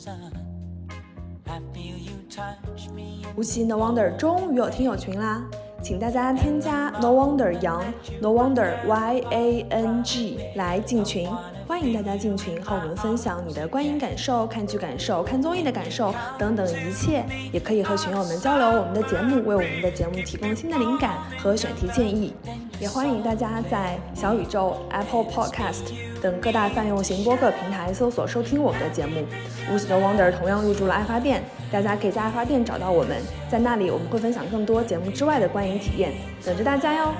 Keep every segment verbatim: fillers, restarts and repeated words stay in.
无锡 No Wonder 终于有听友群啦，请大家添加 No Wonder 杨 No Wonder Y A N G 来进群，欢迎大家进群和我们分享你的观影感受、看剧感受、看综艺的感受等等一切，也可以和群友们交流我们的节目，为我们的节目提供新的灵感和选题建议。也欢迎大家在小宇宙、Apple Podcast 等各大泛用型播客平台搜索收听我们的节目。无锡的 Wonder 同样入驻了爱发电，大家可以在爱发电找到我们，在那里我们会分享更多节目之外的观影体验，等着大家哟。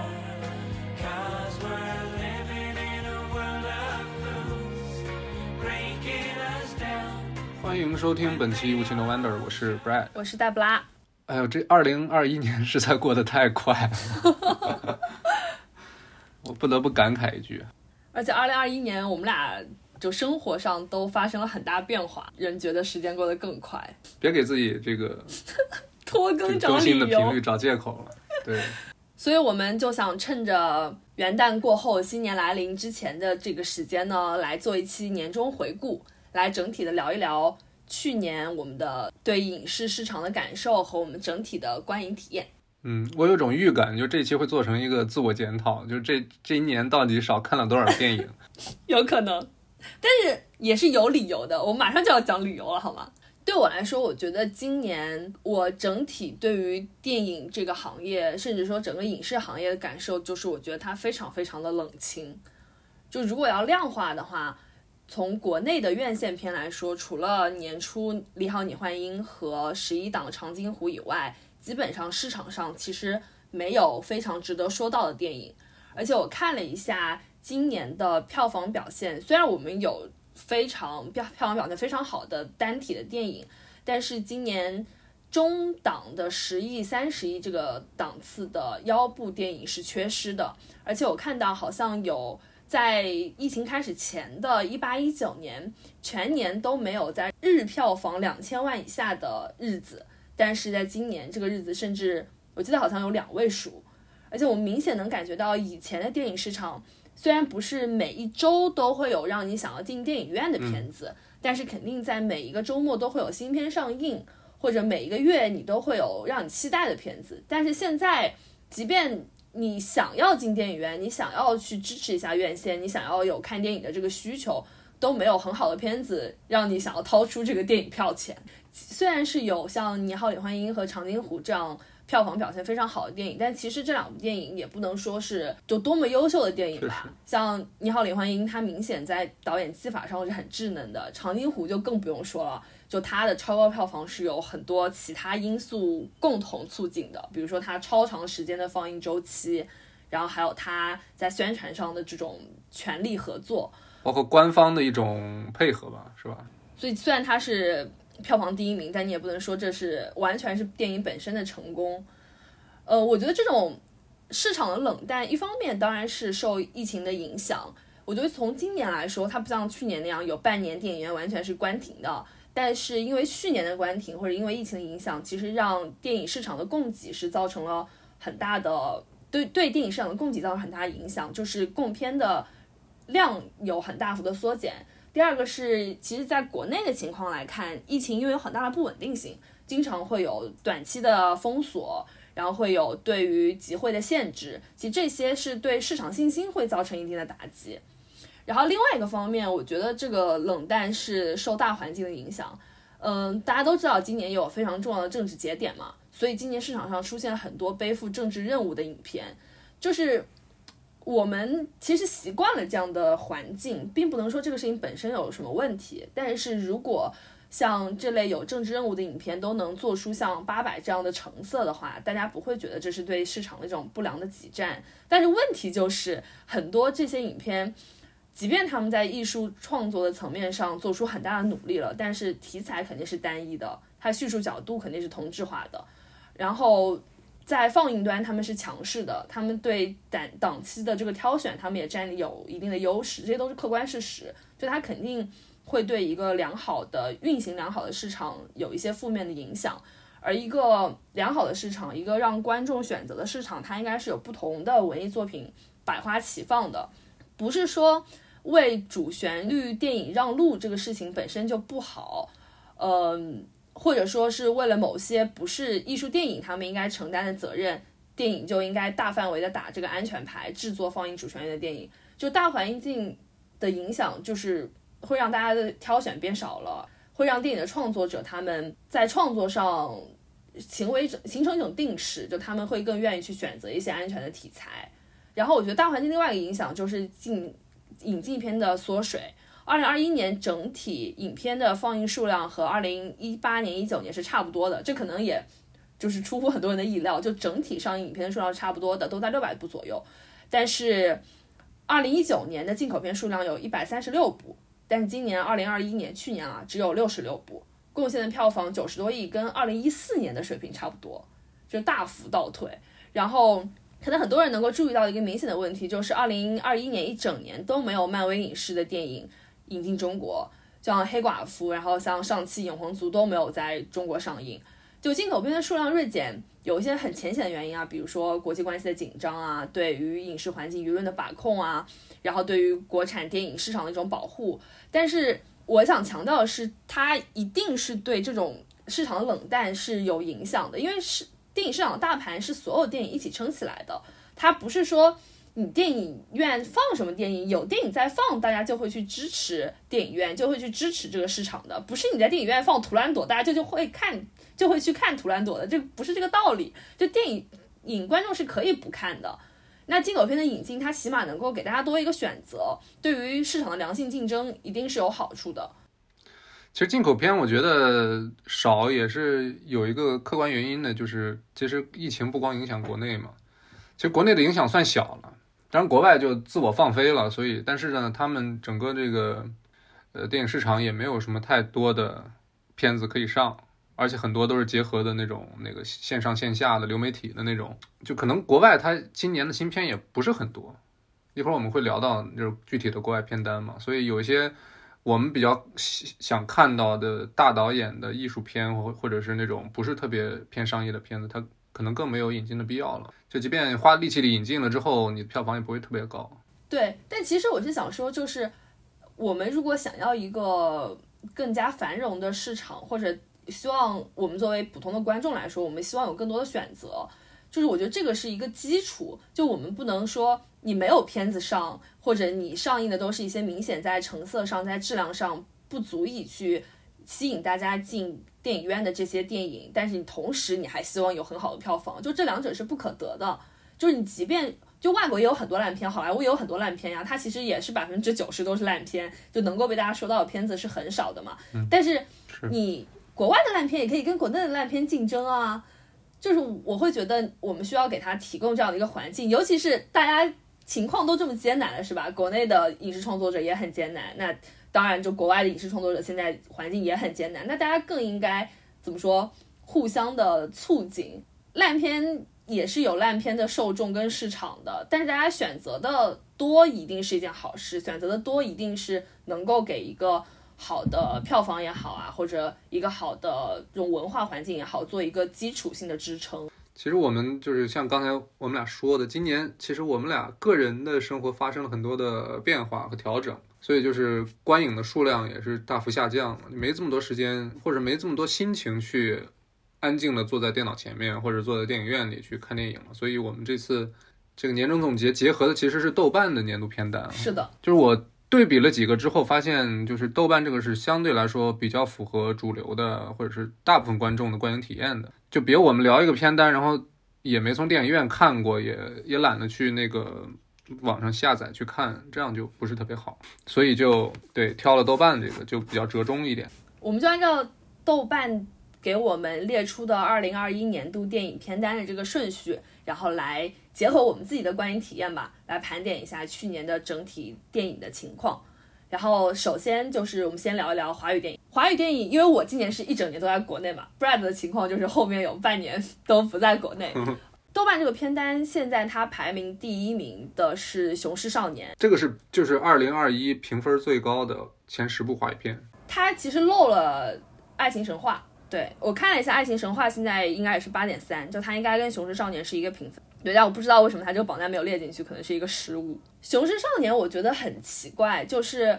欢迎收听本期无情的 Wonder， 我是 Brad， 我是黛布拉。 哎呦，这二零二一年实在过得太快了，我不得不感慨一句。 而且二零二一年我们俩就生活上都发生了很大变化，人觉得时间过得更快。 别给自己这个拖更找理由， 更新的频率找借口了。对， 所以我们就想趁着元旦过后、新年来临之前的这个时间呢，来做一期年终回顾，来整体的聊一聊去年我们的对影视市场的感受和我们整体的观影体验。 嗯，我有种预感，就这一期会做成一个自我检讨，就这这一年到底少看了多少电影。 有可能，但是也是有理由的，我马上就要讲理由了，好吗？对我来说，我觉得今年我整体对于电影这个行业，甚至说整个影视行业的感受，就是我觉得它非常非常的冷清。就如果要量化的话，从国内的院线片来说，除了年初《你好，李焕英》和十一档《长津湖》以外，基本上市场上其实没有非常值得说到的电影。而且我看了一下今年的票房表现，虽然我们有非常票票房表现非常好的单体的电影，但是今年中档的十亿、三十亿这个档次的腰部电影是缺失的。而且我看到好像有在疫情开始前的一八一九年，全年都没有在日票房两千万以下的日子，但是在今年这个日子，甚至我记得好像有两位数。而且我明显能感觉到，以前的电影市场虽然不是每一周都会有让你想要进电影院的片子，嗯、但是肯定在每一个周末都会有新片上映，或者每一个月你都会有让你期待的片子。但是现在，即便你想要进电影院，你想要去支持一下院线，你想要有看电影的这个需求，都没有很好的片子让你想要掏出这个电影票钱。虽然是有像《你好，李焕英》和《长津湖》这样票房表现非常好的电影，但其实这两部电影也不能说是就多么优秀的电影吧。像《你好，李焕英》它明显在导演技法上是很稚嫩的，《长津湖》就更不用说了，就它的超高票房是有很多其他因素共同促进的，比如说它超长时间的放映周期，然后还有它在宣传上的这种全力合作， 包括官方的一种配合吧，是吧？ 所以虽然它是票房第一名，但你也不能说这是完全是电影本身的成功。呃，我觉得这种市场的冷淡，一方面当然是受疫情的影响。我觉得从今年来说，它不像去年那样有半年电影院完全是关停的，但是因为去年的关停或者因为疫情的影响，其实让电影市场的供给是造成了很大的对对电影市场的供给造成很大的影响，就是供片的量有很大幅的缩减。第二个是，其实在国内的情况来看，疫情因为有很大的不稳定性，经常会有短期的封锁，然后会有对于集会的限制，其实这些是对市场信心会造成一定的打击。然后另外一个方面，我觉得这个冷淡是受大环境的影响。嗯，大家都知道今年有非常重要的政治节点嘛，所以今年市场上出现了很多背负政治任务的影片，就是我们其实习惯了这样的环境，并不能说这个事情本身有什么问题，但是如果像这类有政治任务的影片都能做出像八佰这样的成色的话，大家不会觉得这是对市场的这种不良的挤占。但是问题就是很多这些影片即便他们在艺术创作的层面上做出很大的努力了，但是题材肯定是单一的，它的叙述角度肯定是同质化的，然后在放映端他们是强势的，他们对档档期的这个挑选他们也占有一定的优势，这些都是客观事实，就它肯定会对一个良好的运行良好的市场有一些负面的影响。而一个良好的市场，一个让观众选择的市场，它应该是有不同的文艺作品百花齐放的，不是说为主旋律电影让路这个事情本身就不好。 嗯，或者说是为了某些不是艺术电影他们应该承担的责任，电影就应该大范围的打这个安全牌，制作放映主权人的电影。就大环境的影响就是会让大家的挑选变少了，会让电影的创作者他们在创作上行为形成一种定式，就他们会更愿意去选择一些安全的题材。然后我觉得大环境另外一个影响就是进引进片的缩水。二零二一年整体影片的放映数量和二零一八年、一九年是差不多的，这可能也就是出乎很多人的意料，就整体上映影片的数量是差不多的，都在六百部左右。但是二零一九年的进口片数量有一百三十六部，但是今年二零二一年去年啊只有六十六部，贡献的票房九十多亿，跟二零一四年的水平差不多，就大幅倒退。然后可能很多人能够注意到一个明显的问题，就是二零二一年一整年都没有漫威影视的电影引进中国，像黑寡妇，然后像上汽永恒族都没有在中国上映。就进口片的数量锐减有一些很浅显的原因啊，比如说国际关系的紧张啊，对于影视环境舆论的把控啊，然后对于国产电影市场的一种保护。但是我想强调的是，它一定是对这种市场的冷淡是有影响的，因为是电影市场的大盘是所有电影一起撑起来的，它不是说你电影院放什么电影，有电影在放，大家就会去支持电影院，就会去支持这个市场的，不是你在电影院放图兰朵，大家就就会看，就会去看图兰朵的，这不是这个道理。就电影影观众是可以不看的。那进口片的引进，它起码能够给大家多一个选择，对于市场的良性竞争一定是有好处的。 其实进口片我觉得少也是有一个客观原因的，就是其实疫情不光影响国内嘛，其实国内的影响算小了，当然国外就自我放飞了，所以但是呢，他们整个这个呃电影市场也没有什么太多的片子可以上，而且很多都是结合的那种那个线上线下的流媒体的那种，就可能国外它今年的新片也不是很多，一会儿我们会聊到就是具体的国外片单嘛，所以有一些我们比较想看到的大导演的艺术片，或或者是那种不是特别偏商业的片子，它可能更没有引进的必要了。就即便花力气力引进了之后，你的票房也不会特别高。 对，但其实我是想说，就是我们如果想要一个更加繁荣的市场，或者希望我们作为普通的观众来说，我们希望有更多的选择，就是我觉得这个是一个基础。就我们不能说你没有片子上，或者你上映的都是一些明显在成色上在质量上不足以去吸引大家进电影院的这些电影，但是你同时你还希望有很好的票房，就这两者是不可得的。就是你即便就外国也有很多烂片，好莱坞也有很多烂片呀，它其实也是百分之九十都是烂片，就能够被大家说到的片子是很少的嘛。 嗯、 但是你国外的烂片也可以跟国内的烂片竞争啊，就是我会觉得我们需要给他提供这样的一个环境，尤其是大家情况都这么艰难了，是吧？国内的影视创作者也很艰难，那当然就国外的影视创作者现在环境也很艰难，那大家更应该怎么说，互相的促进。烂片也是有烂片的受众跟市场的，但是大家选择的多一定是一件好事，选择的多一定是能够给一个好的票房也好啊，或者一个好的这种文化环境也好，做一个基础性的支撑。 其实我们就是像刚才我们俩说的，今年其实我们俩个人的生活发生了很多的变化和调整，所以就是观影的数量也是大幅下降了，没这么多时间或者没这么多心情去安静的坐在电脑前面或者坐在电影院里去看电影了。所以我们这次这个年终总结结合的其实是豆瓣的年度片单。 是的， 就是我对比了几个之后发现，就是豆瓣这个是相对来说比较符合主流的或者是大部分观众的观影体验的。就别我们聊一个片单，然后也没从电影院看过，也也懒得去那个网上下载去看，这样就不是特别好，所以就对挑了豆瓣这个就比较折中一点。 我们就按照豆瓣给我们列出的二零二一年度电影片单的这个顺序，然后来结合我们自己的观影体验吧，来盘点一下去年的整体电影的情况。然后首先就是我们先聊一聊华语电影。华语电影因为我今年是一整年都在国内嘛， Brad 的情况就是后面有半年都不在国内。豆瓣这个片单现在它排名第一名的是《雄狮少年》， 这个是就是二零二一评分最高的前十部华语片。 它其实漏了《爱情神话》，对，我看了一下《爱情神话》现在应该也是 八点三， 就它应该跟《雄狮少年》是一个评分。对，但我不知道为什么它这个榜单没有列进去，可能是一个失误。《雄狮少年》我觉得很奇怪，就是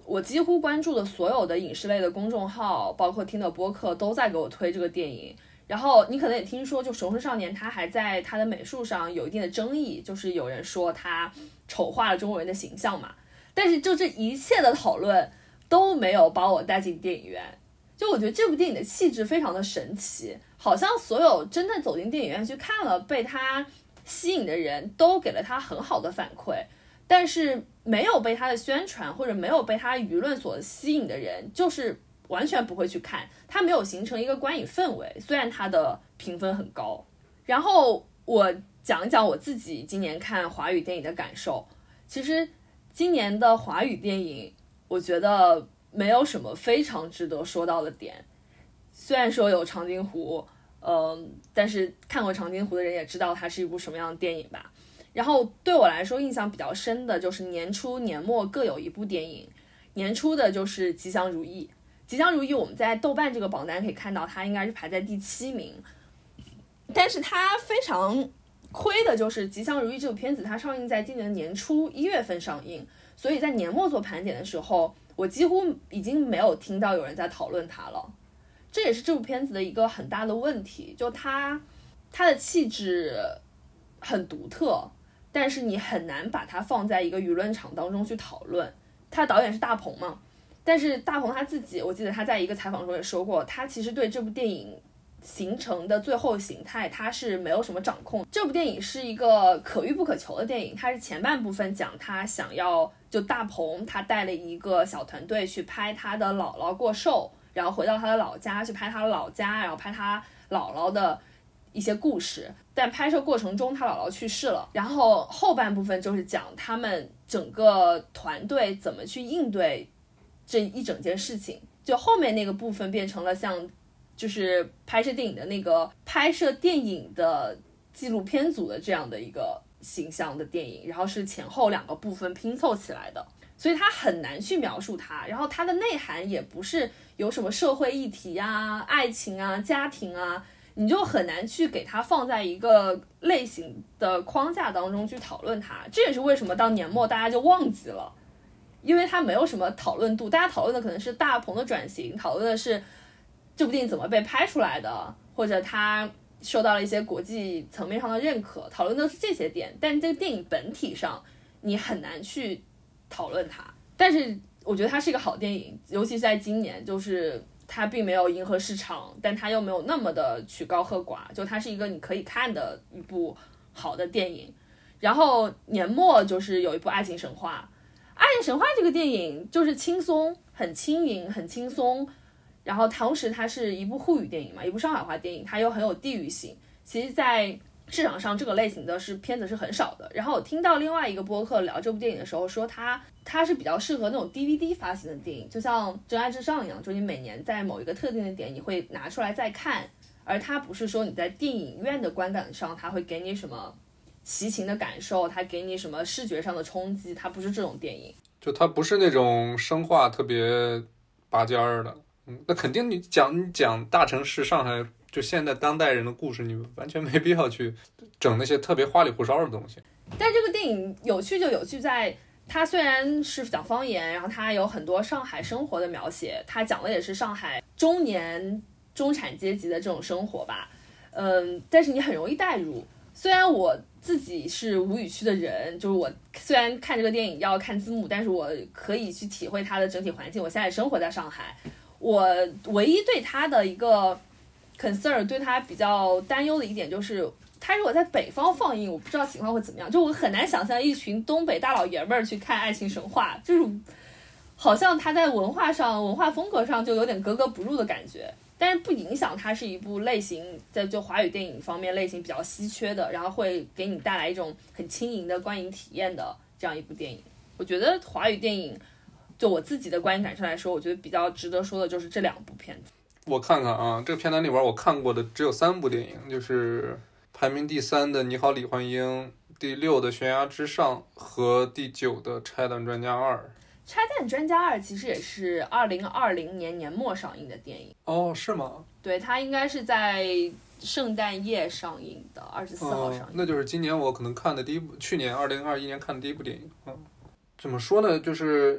我几乎关注的所有的影视类的公众号，包括听的播客都在给我推这个电影。然后你可能也听说，就《雄狮少年》他还在他的美术上有一定的争议，就是有人说他丑化了中国人的形象嘛。但是就这一切的讨论都没有把我带进电影院。就我觉得这部电影的气质非常的神奇，好像所有真的走进电影院去看了被他吸引的人都给了他很好的反馈，但是没有被他的宣传或者没有被他舆论所吸引的人就是完全不会去看，他没有形成一个观影氛围，虽然他的评分很高。然后我讲一讲我自己今年看华语电影的感受。其实今年的华语电影我觉得没有什么非常值得说到的点，虽然说有长津湖，嗯，但是看过长津湖的人也知道它是一部什么样的电影吧。然后对我来说印象比较深的就是年初年末各有一部电影。年初的就是吉祥如意，吉祥如意我们在豆瓣这个榜单可以看到它应该是排在第七名，但是它非常亏的就是吉祥如意这部片子它上映在今年年初一月份上映，所以在年末做盘点的时候我几乎已经没有听到有人在讨论它了。这也是这部片子的一个很大的问题，就它它的气质很独特，但是你很难把它放在一个舆论场当中去讨论。他导演是大鹏嘛，但是大鹏他自己，我记得他在一个采访中也说过，他其实对这部电影形成的最后形态他是没有什么掌控。这部电影是一个可遇不可求的电影，它是前半部分讲他想要，就大鹏他带了一个小团队去拍他的姥姥过寿，然后回到他的老家去拍他的老家，然后拍他姥姥的一些故事，但拍摄过程中他姥姥去世了。然后后半部分就是讲他们整个团队怎么去应对这一整件事情，就后面那个部分变成了像就是拍摄电影的那个拍摄电影的纪录片组的这样的一个形象的电影，然后是前后两个部分拼凑起来的，所以它很难去描述它。然后它的内涵也不是有什么社会议题啊、爱情啊、家庭啊，你就很难去给它放在一个类型的框架当中去讨论它。这也是为什么到年末大家就忘记了，因为它没有什么讨论度，大家讨论的可能是大鹏的转型，讨论的是这部电影怎么被拍出来的，或者它受到了一些国际层面上的认可，讨论的是这些点，但这个电影本体上你很难去讨论它。但是我觉得它是一个好电影，尤其是在今年，就是它并没有迎合市场，但它又没有那么的曲高和寡，就它是一个你可以看的一部好的电影。然后年末就是有一部爱情神话，爱情神话这个电影就是轻松，很轻盈，很轻松，然后同时它是一部沪语电影嘛，一部上海话电影，它又很有地域性。其实在市场上这个类型的是片子是很少的。然后我听到另外一个播客聊这部电影的时候说，它它是比较适合那种 D V D 发行的电影，就像《真爱至上》一样，就你每年在某一个特定的点你会拿出来再看，而它不是说你在电影院的观感上它会给你什么齐情的感受，它给你什么视觉上的冲击，它不是这种电影， 就它不是那种生化特别拔尖儿的。嗯，那肯定你讲你讲大城市上海就现在当代人的故事，你完全没必要去整那些特别花里胡哨的东西。 但这个电影有趣就有趣在它虽然是讲方言，然后它有很多上海生活的描写，它讲的也是上海中年中产阶级的这种生活吧，嗯，但是你很容易带入。虽然我自己是吴语区的人，就是我虽然看这个电影要看字幕，但是我可以去体会它的整体环境。我现在生活在上海，我唯一对它的一个 concern， 对它比较担忧的一点就是，它如果在北方放映，我不知道情况会怎么样。就我很难想象一群东北大老爷们儿去看《爱情神话》，就是好像它在文化上、文化风格上就有点格格不入的感觉。但是不影响它是一部类型在就华语电影方面类型比较稀缺的，然后会给你带来一种很轻盈的观影体验的这样一部电影。我觉得华语电影就我自己的观影感受来说，我觉得比较值得说的就是这两部片子。 我看看啊，这个片单里边我看过的只有三部电影，就是排名第三的《你好，李焕英》，第六的《悬崖之上》和第九的《拆弹专家二》。 拆弹专家二其实也是二零二零年年末上映的电影。 哦，是吗？ 对，它应该是在圣诞夜上映的，二十四号上映、哦。 那就是今年我可能看的第一部，去年二零二一年看的第一部电影。嗯，怎么说呢？就是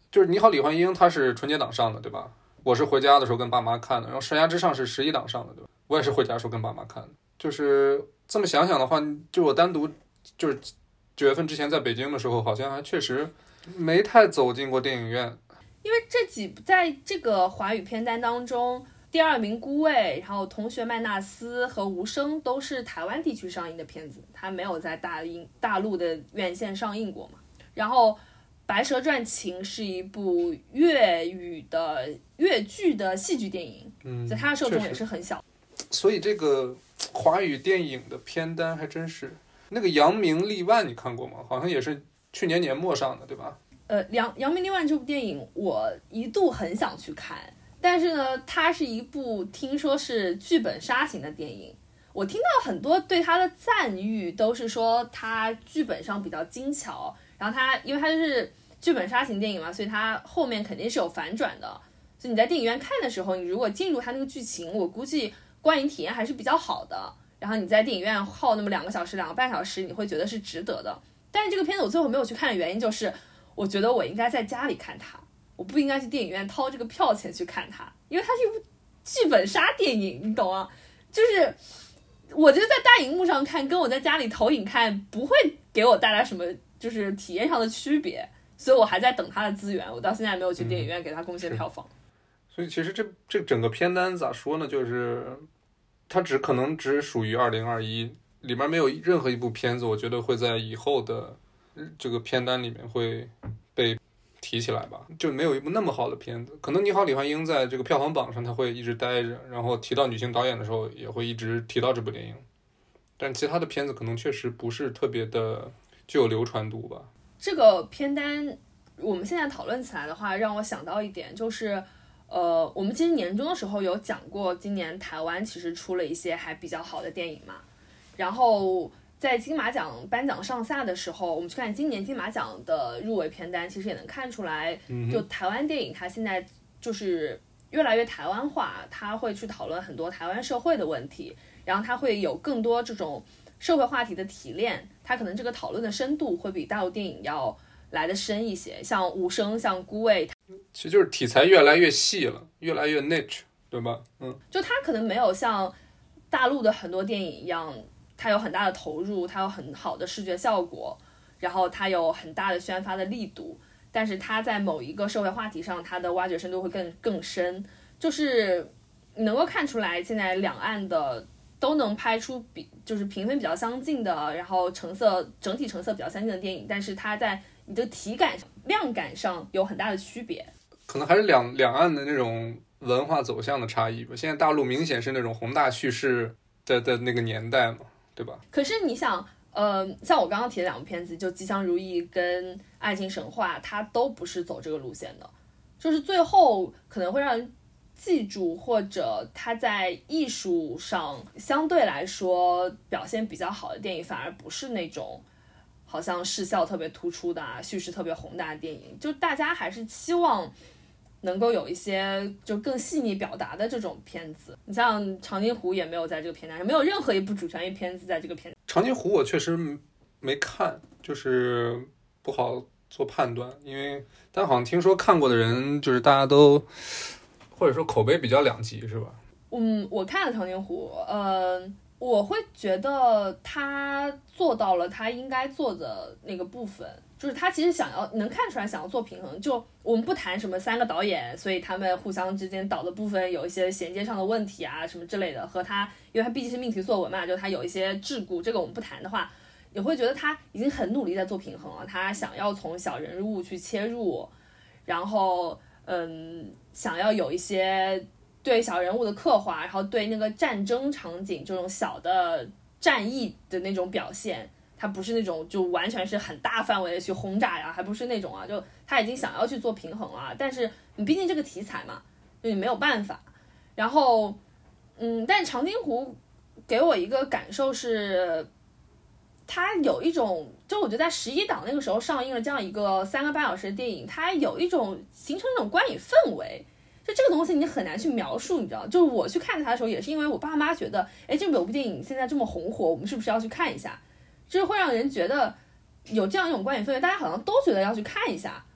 就是《你好，李焕英》，它是春节档上的，对吧？我是回家的时候跟爸妈看的，然后《悬崖之上》是十一档上的，对吧？我也是回家的时候跟爸妈看的。就是这么想想的话，就我单独就是九月份之前在北京的时候，好像还确实没太走进过电影院。 因为这几在这个华语片单当中，第二名《孤味》，然后《同学麦纳斯》和《无声》都是台湾地区上映的片子，它没有在大映大陆的院线上映过嘛。然后《白蛇传情》是一部粤语的粤剧的戏剧电影， 嗯， 所以它的受众也是很小。 所以这个华语电影的片单还真是那个《扬名立万》，你看过吗？好像也是去年年末上的，对吧？ 呃，扬扬名立万这部电影，我一度很想去看，但是呢，它是一部听说是剧本杀型的电影。我听到很多对它的赞誉，都是说它剧本上比较精巧，然后它因为它就是剧本杀型电影嘛，所以它后面肯定是有反转的。所以你在电影院看的时候，你如果进入它那个剧情，我估计观影体验还是比较好的。然后你在电影院耗那么两个小时、两个半小时，你会觉得是值得的。但是这个片子我最后没有去看的原因就是，我觉得我应该在家里看它，我不应该去电影院掏这个票钱去看它，因为它是一部剧本杀电影，你懂吗？就是我觉得在大荧幕上看，跟我在家里投影看不会给我带来什么就是体验上的区别，所以我还在等它的资源，我到现在没有去电影院给它贡献票房。 嗯，所以其实这这整个片单咋说呢，就是它只可能只属于二零二一，里面没有任何一部片子我觉得会在以后的这个片单里面会被提起来吧，就没有一部那么好的片子。可能《你好，李焕英》在这个票房榜上它会一直待着，然后提到女性导演的时候也会一直提到这部电影，但其他的片子可能确实不是特别的具有流传度吧。 这个片单我们现在讨论起来的话，让我想到一点就是呃，我们其实年终的时候有讲过，今年台湾其实出了一些还比较好的电影嘛。然后在金马奖颁奖上下的时候，我们去看今年金马奖的入围片单，其实也能看出来，就台湾电影它现在就是越来越台湾化，它会去讨论很多台湾社会的问题，然后它会有更多这种社会话题的提炼，它可能这个讨论的深度会比大陆电影要来的深一些，像无声，像孤味， 其实就是题材越来越细了，越来越 niche， 对吧？嗯， 就它可能没有像大陆的很多电影一样，它有很大的投入，它有很好的视觉效果，然后它有很大的宣发的力度，但是它在某一个社会话题上，它的挖掘深度会更更深，就是能够看出来现在两岸的都能拍出比就是评分比较相近的，然后成色整体成色比较相近的电影，但是它在你的体感量感上有很大的区别， 可能还是两两岸的那种文化走向的差异吧。现在大陆明显是那种宏大叙事的的那个年代嘛，对吧？ 可是你想，呃，像我刚刚提的两部片子，就《吉祥如意》跟《爱情神话》，它都不是走这个路线的，就是最后可能会让人记住，或者它在艺术上相对来说表现比较好的电影，反而不是那种好像视效特别突出的啊，叙事特别宏大的电影，就大家还是期望能够有一些就更细腻表达的这种片子。你像《长津湖》也没有在这个片单上，没有任何一部主旋律片子在这个片单。 长津湖我确实没看，就是不好做判断，因为但好像听说看过的人就是大家都或者说口碑比较两极，是吧？ 嗯，我看了长津湖，呃，我会觉得他做到了他应该做的那个部分，就是他其实想要能看出来想要做平衡。就我们不谈什么三个导演，所以他们互相之间导的部分有一些衔接上的问题啊什么之类的，和他因为他毕竟是命题作文嘛，就他有一些桎梏，这个我们不谈的话，你会觉得他已经很努力在做平衡了。他想要从小人物去切入，然后嗯，想要有一些对小人物的刻画，然后对那个战争场景这种小的战役的那种表现，它不是那种就完全是很大范围的去轰炸呀，还不是那种啊，就他已经想要去做平衡了，但是你毕竟这个题材嘛，就你没有办法。然后嗯，但长津湖给我一个感受是，它有一种，就我觉得在十一档那个时候上映了这样一个三个半小时的电影，它有一种形成一种观影氛围，就这个东西你很难去描述，你知道？就是我去看它的时候，也是因为我爸妈觉得，哎，这有部电影现在这么红火，我们是不是要去看一下？就是会让人觉得有这样一种观影氛围，大家好像都觉得要去看一下，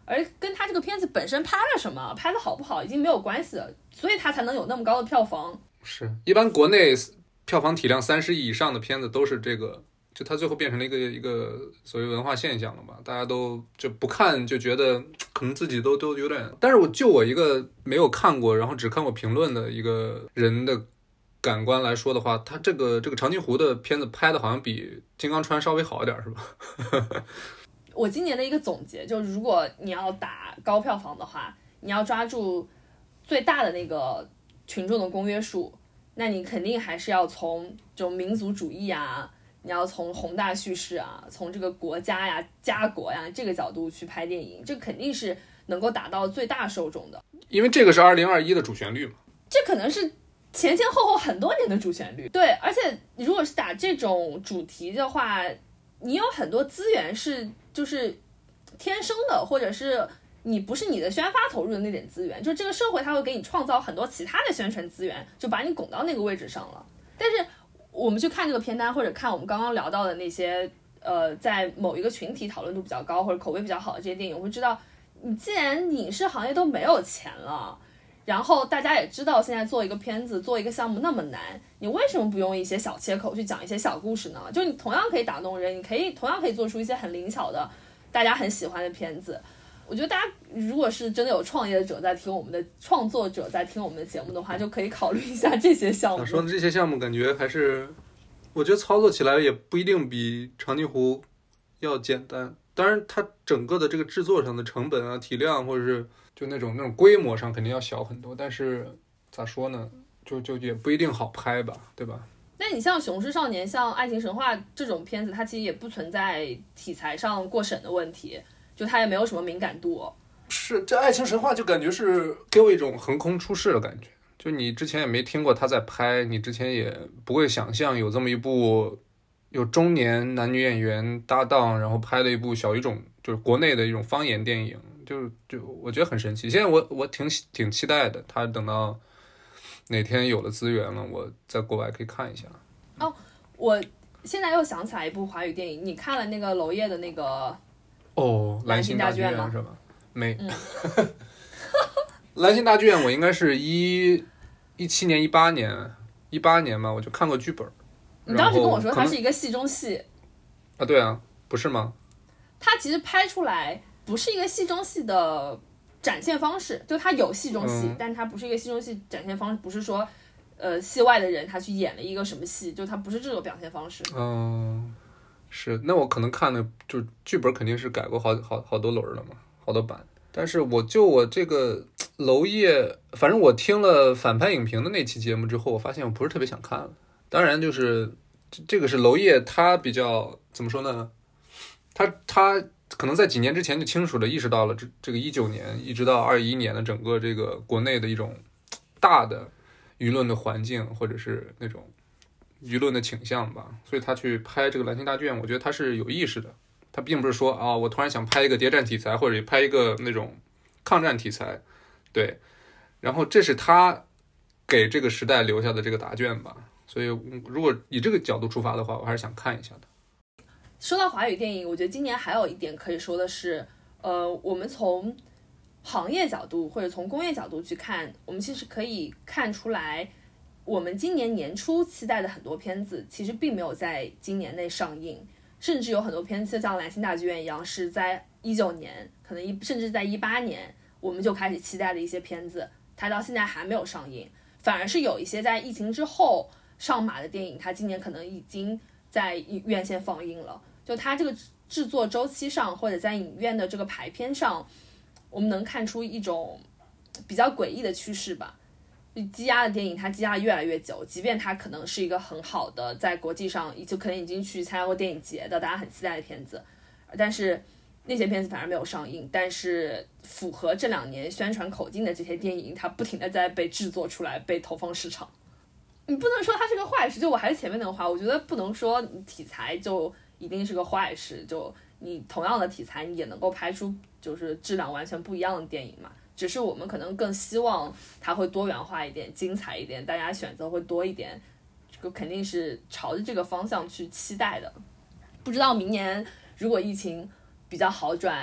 而跟他这个片子本身拍了什么，拍的好不好已经没有关系了，所以他才能有那么高的票房。 是，一般国内票房体量三十亿以上的片子都是这个，就它最后变成了一个一个所谓文化现象了吧？大家都就不看，就觉得可能自己都都有点。但是我就我一个没有看过，然后只看过评论的一个人的感官来说的话，他这个这个长津湖的片子拍的好像比金刚川稍微好一点，是吧？ 我今年的一个总结就是，如果你要打高票房的话，你要抓住最大的那个群众的公约数，那你肯定还是要从这种民族主义啊，你要从宏大叙事啊，从这个国家呀、家国呀这个角度去拍电影，这肯定是能够达到最大受众的。 因为这个是二零二一的主旋律嘛， 这可能是前前后后很多年的主旋律。对，而且如果是打这种主题的话，你有很多资源是就是天生的，或者是你不是你的宣发投入的那点资源，就这个社会它会给你创造很多其他的宣传资源，就把你拱到那个位置上了。但是我们去看这个片单，或者看我们刚刚聊到的那些呃，在某一个群体讨论度比较高或者口碑比较好的这些电影，我会知道，你既然影视行业都没有钱了，然后大家也知道现在做一个片子做一个项目那么难，你为什么不用一些小切口去讲一些小故事呢？就你同样可以打动人，你可以同样可以做出一些很灵巧的大家很喜欢的片子。我觉得大家如果是真的有创业者在听我们的创作者在听我们的节目的话，就可以考虑一下这些项目。 说的这些项目感觉还是我觉得操作起来也不一定比长津湖要简单，当然它整个的这个制作上的成本啊体量或者是就那种那种规模上肯定要小很多，但是咋说呢，就就也不一定好拍吧，对吧？ 那你像《雄狮少年》像《爱情神话》这种片子，它其实也不存在题材上过审的问题，就它也没有什么敏感度。 是，这《爱情神话》就感觉是给我一种横空出世的感觉，就你之前也没听过他在拍，你之前也不会想象有这么一部有中年男女演员搭档，然后拍的一部小语种，就是国内的一种方言电影，就就我觉得很神奇。现在我我挺挺期待的，他等到哪天有了资源了，我在国外可以看一下。 哦，我现在又想起来一部华语电影，你看了那个娄烨的那个哦，兰心大剧院吗？ 是吧？没。 嗯、 兰心大剧院我应该是一一七年、一八年、一八年吧，我就看过剧本。 你当时跟我说它是一个戏中戏啊？对啊，不是吗？ 它其实拍出来不是一个戏中戏的展现方式，就它有戏中戏、嗯，但它不是一个戏中戏展现方式，不是说呃戏外的人他去演了一个什么戏，就它不是这种表现方式。 嗯，是，那我可能看的就剧本肯定是改过好好好多轮了嘛，好多版。但是我就我这个娄烨，反正我听了反派影评的那期节目之后，我发现我不是特别想看了。当然就是这个是娄烨他比较怎么说呢，他他可能在几年之前就清楚地意识到了这这个一九年一直到二一年的整个这个国内的一种大的舆论的环境，或者是那种舆论的倾向吧，所以他去拍这个兰心大剧院，我觉得他是有意识的。他并不是说啊，我突然想拍一个谍战题材，或者拍一个那种抗战题材，对。然后这是他给这个时代留下的这个答卷吧。所以如果以这个角度出发的话，我还是想看一下的。 说到华语电影，我觉得今年还有一点可以说的是，呃，我们从行业角度或者从工业角度去看，我们其实可以看出来，我们今年年初期待的很多片子，其实并没有在今年内上映。甚至有很多片子像兰心大剧院一样，是在一九年，可能一甚至在一八年，我们就开始期待的一些片子，它到现在还没有上映。反而是有一些在疫情之后上马的电影，它今年可能已经在院线放映了。就它这个制作周期上，或者在影院的这个排片上，我们能看出一种比较诡异的趋势吧。积压的电影它积压越来越久，即便它可能是一个很好的在国际上就可能已经去参加过电影节的大家很期待的片子，但是那些片子反而没有上映。但是符合这两年宣传口径的这些电影，它不停的在被制作出来，被投放市场。你不能说它是个坏事，就我还是前面那个话，我觉得不能说题材就一定是个坏事，就你同样的题材你也能够拍出就是质量完全不一样的电影嘛。只是我们可能更希望它会多元化一点，精彩一点，大家选择会多一点，这个肯定是朝着这个方向去期待的。不知道明年如果疫情比较好转，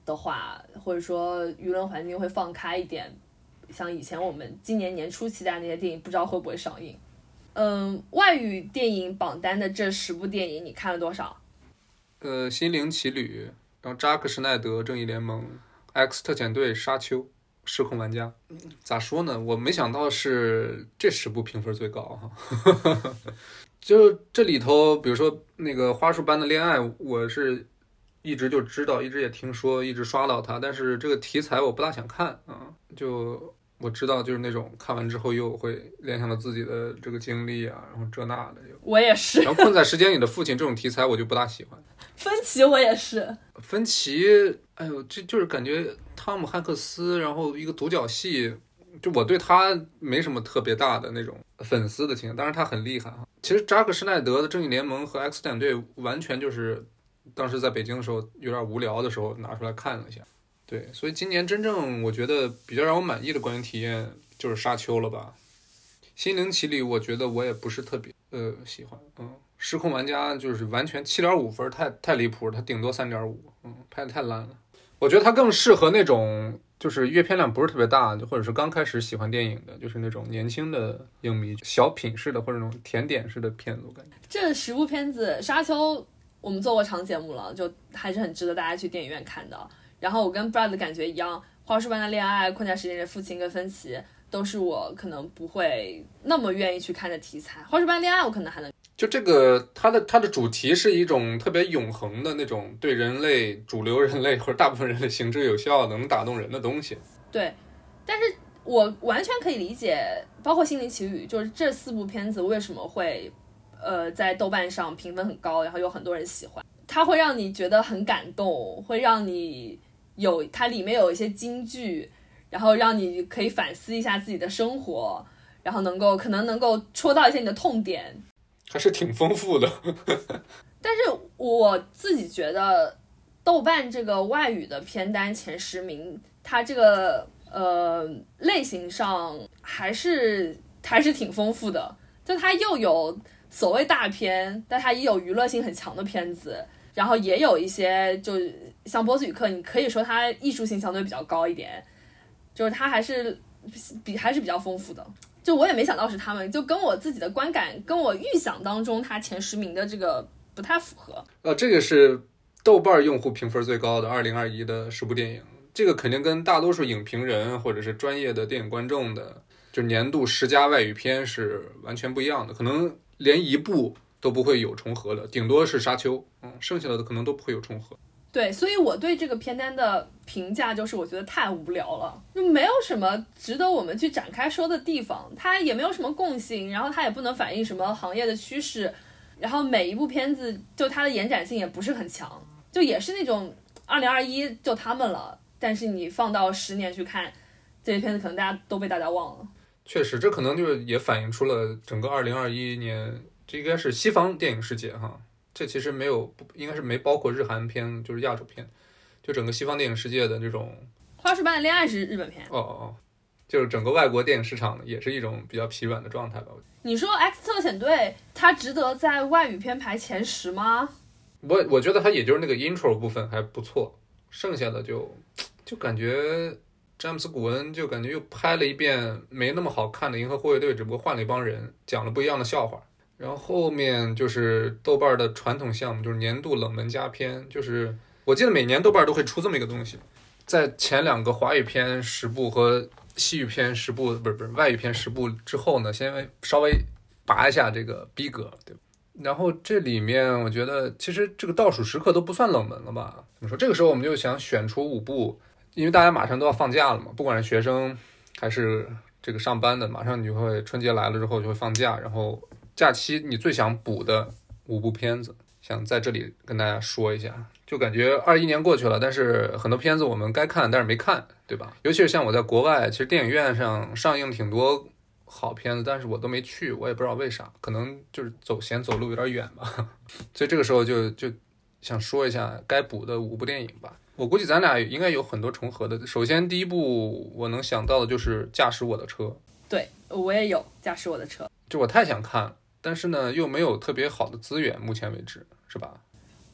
的话，或者说舆论环境会放开一点，像以前我们今年年初期待那些电影，不知道会不会上映。嗯，外语电影榜单的这十部电影，你看了多少？ 呃，《心灵奇旅》，然后扎克施奈德《正义联盟》，《X 特遣队》《沙丘》，《失控玩家》。咋说呢？我没想到是这十部评分最高哈。就这里头，比如说那个《花束般的恋爱》，我是一直就知道，一直也听说，一直刷到它，但是这个题材我不大想看啊。就我知道，就是那种看完之后又会联想到自己的这个经历啊，然后这那的。 我也是。 然后困在时间里的父亲这种题材我就不大喜欢。 分歧我也是。 分歧，哎呦，这就是感觉汤姆汉克斯，然后一个独角戏，就我对他没什么特别大的那种粉丝的情感，当然他很厉害哈。其实扎克施奈德的《正义联盟》和《X 特遣队》完全就是当时在北京的时候有点无聊的时候拿出来看了一下。对，所以今年真正我觉得比较让我满意的观影体验就是《沙丘》了吧。心灵奇旅我觉得我也不是特别呃喜欢，嗯，失控玩家就是完全 七点五 分，太太离谱了，它顶多 三点五， 嗯，拍的太烂了。我觉得它更适合那种就是阅片量不是特别大，或者是刚开始喜欢电影的，就是那种年轻的影迷，小品式的或者那种甜点式的片子。我感觉这十部片子，沙丘我们做过长节目了，就还是很值得大家去电影院看的。然后我跟 Brad 的感觉一样，花束般的恋爱、困在时间里的父亲跟分歧都是我可能不会那么愿意去看的题材。花束般的恋爱我可能还能， 就这个它的它的主题是一种特别永恒的那种对人类主流人类或者大部分人类行之有效的能打动人的东西。 对，但是我完全可以理解，包括心灵奇旅，就是这四部片子为什么会呃在豆瓣上评分很高，然后有很多人喜欢。它会让你觉得很感动，会让你有它里面有一些金句，然后让你可以反思一下自己的生活，然后能够可能能够戳到一些你的痛点， 还是挺丰富的。 但是我自己觉得豆瓣这个外语的片单前十名，它这个呃类型上还是还是挺丰富的，就它又有所谓大片，但它也有娱乐性很强的片子，然后也有一些就像波斯语课，你可以说它艺术性相对比较高一点，就是它还是比还是比较丰富的。就我也没想到是他们，就跟我自己的观感跟我预想当中它前十名的这个不太符合。 呃，这个是豆瓣用户评分最高的二零二一的十部电影，这个肯定跟大多数影评人或者是专业的电影观众的就年度十佳外语片是完全不一样的，可能连一部都不会有重合的，顶多是沙丘，嗯，剩下的可能都不会有重合。 对，所以我对这个片单的评价就是我觉得太无聊了，就没有什么值得我们去展开说的地方，它也没有什么共性，然后它也不能反映什么行业的趋势，然后每一部片子就它的延展性也不是很强，就也是那种二零二一就他们了，但是你放到十年去看这些片子，可能大家都被大家忘了。 确实，这可能就是也反映出了整个二零二一年，这应该是西方电影世界哈。这其实没有，应该是没包括日韩片，就是亚洲片，就整个西方电影世界的这种。 花束般的恋爱是日本片。 哦哦，就是整个外国电影市场也是一种比较疲软的状态吧。 你说 X 特遣队它值得在外语片排前十吗？ 我我觉得它也就是那个 intro 部分还不错，剩下的就就感觉詹姆斯古恩就感觉又拍了一遍没那么好看的银河护卫队，只不过换了一帮人讲了不一样的笑话。然后后面就是豆瓣的传统项目，就是年度冷门佳片，就是我记得每年豆瓣都会出这么一个东西，在前两个华语片十部和西语片十部，不是不是外语片十部之后呢，先稍微拔一下这个逼格，对吧？然后这里面我觉得其实这个倒数时刻都不算冷门了吧？怎么说？这个时候我们就想选出五部，因为大家马上都要放假了嘛，不管是学生还是这个上班的，马上你就会春节来了之后就会放假，然后假期你最想补的五部片子，想在这里跟大家说一下。就感觉二一年过去了，但是很多片子我们该看但是没看，对吧？尤其是像我在国外，其实电影院上上映挺多好片子，但是我都没去，我也不知道为啥，可能就是走嫌走路有点远吧。所以这个时候就就想说一下该补的五部电影吧。我估计咱俩应该有很多重合的。首先第一部我能想到的就是驾驶我的车。 对，我也有驾驶我的车， 就我太想看了，但是呢又没有特别好的资源，目前为止，是吧？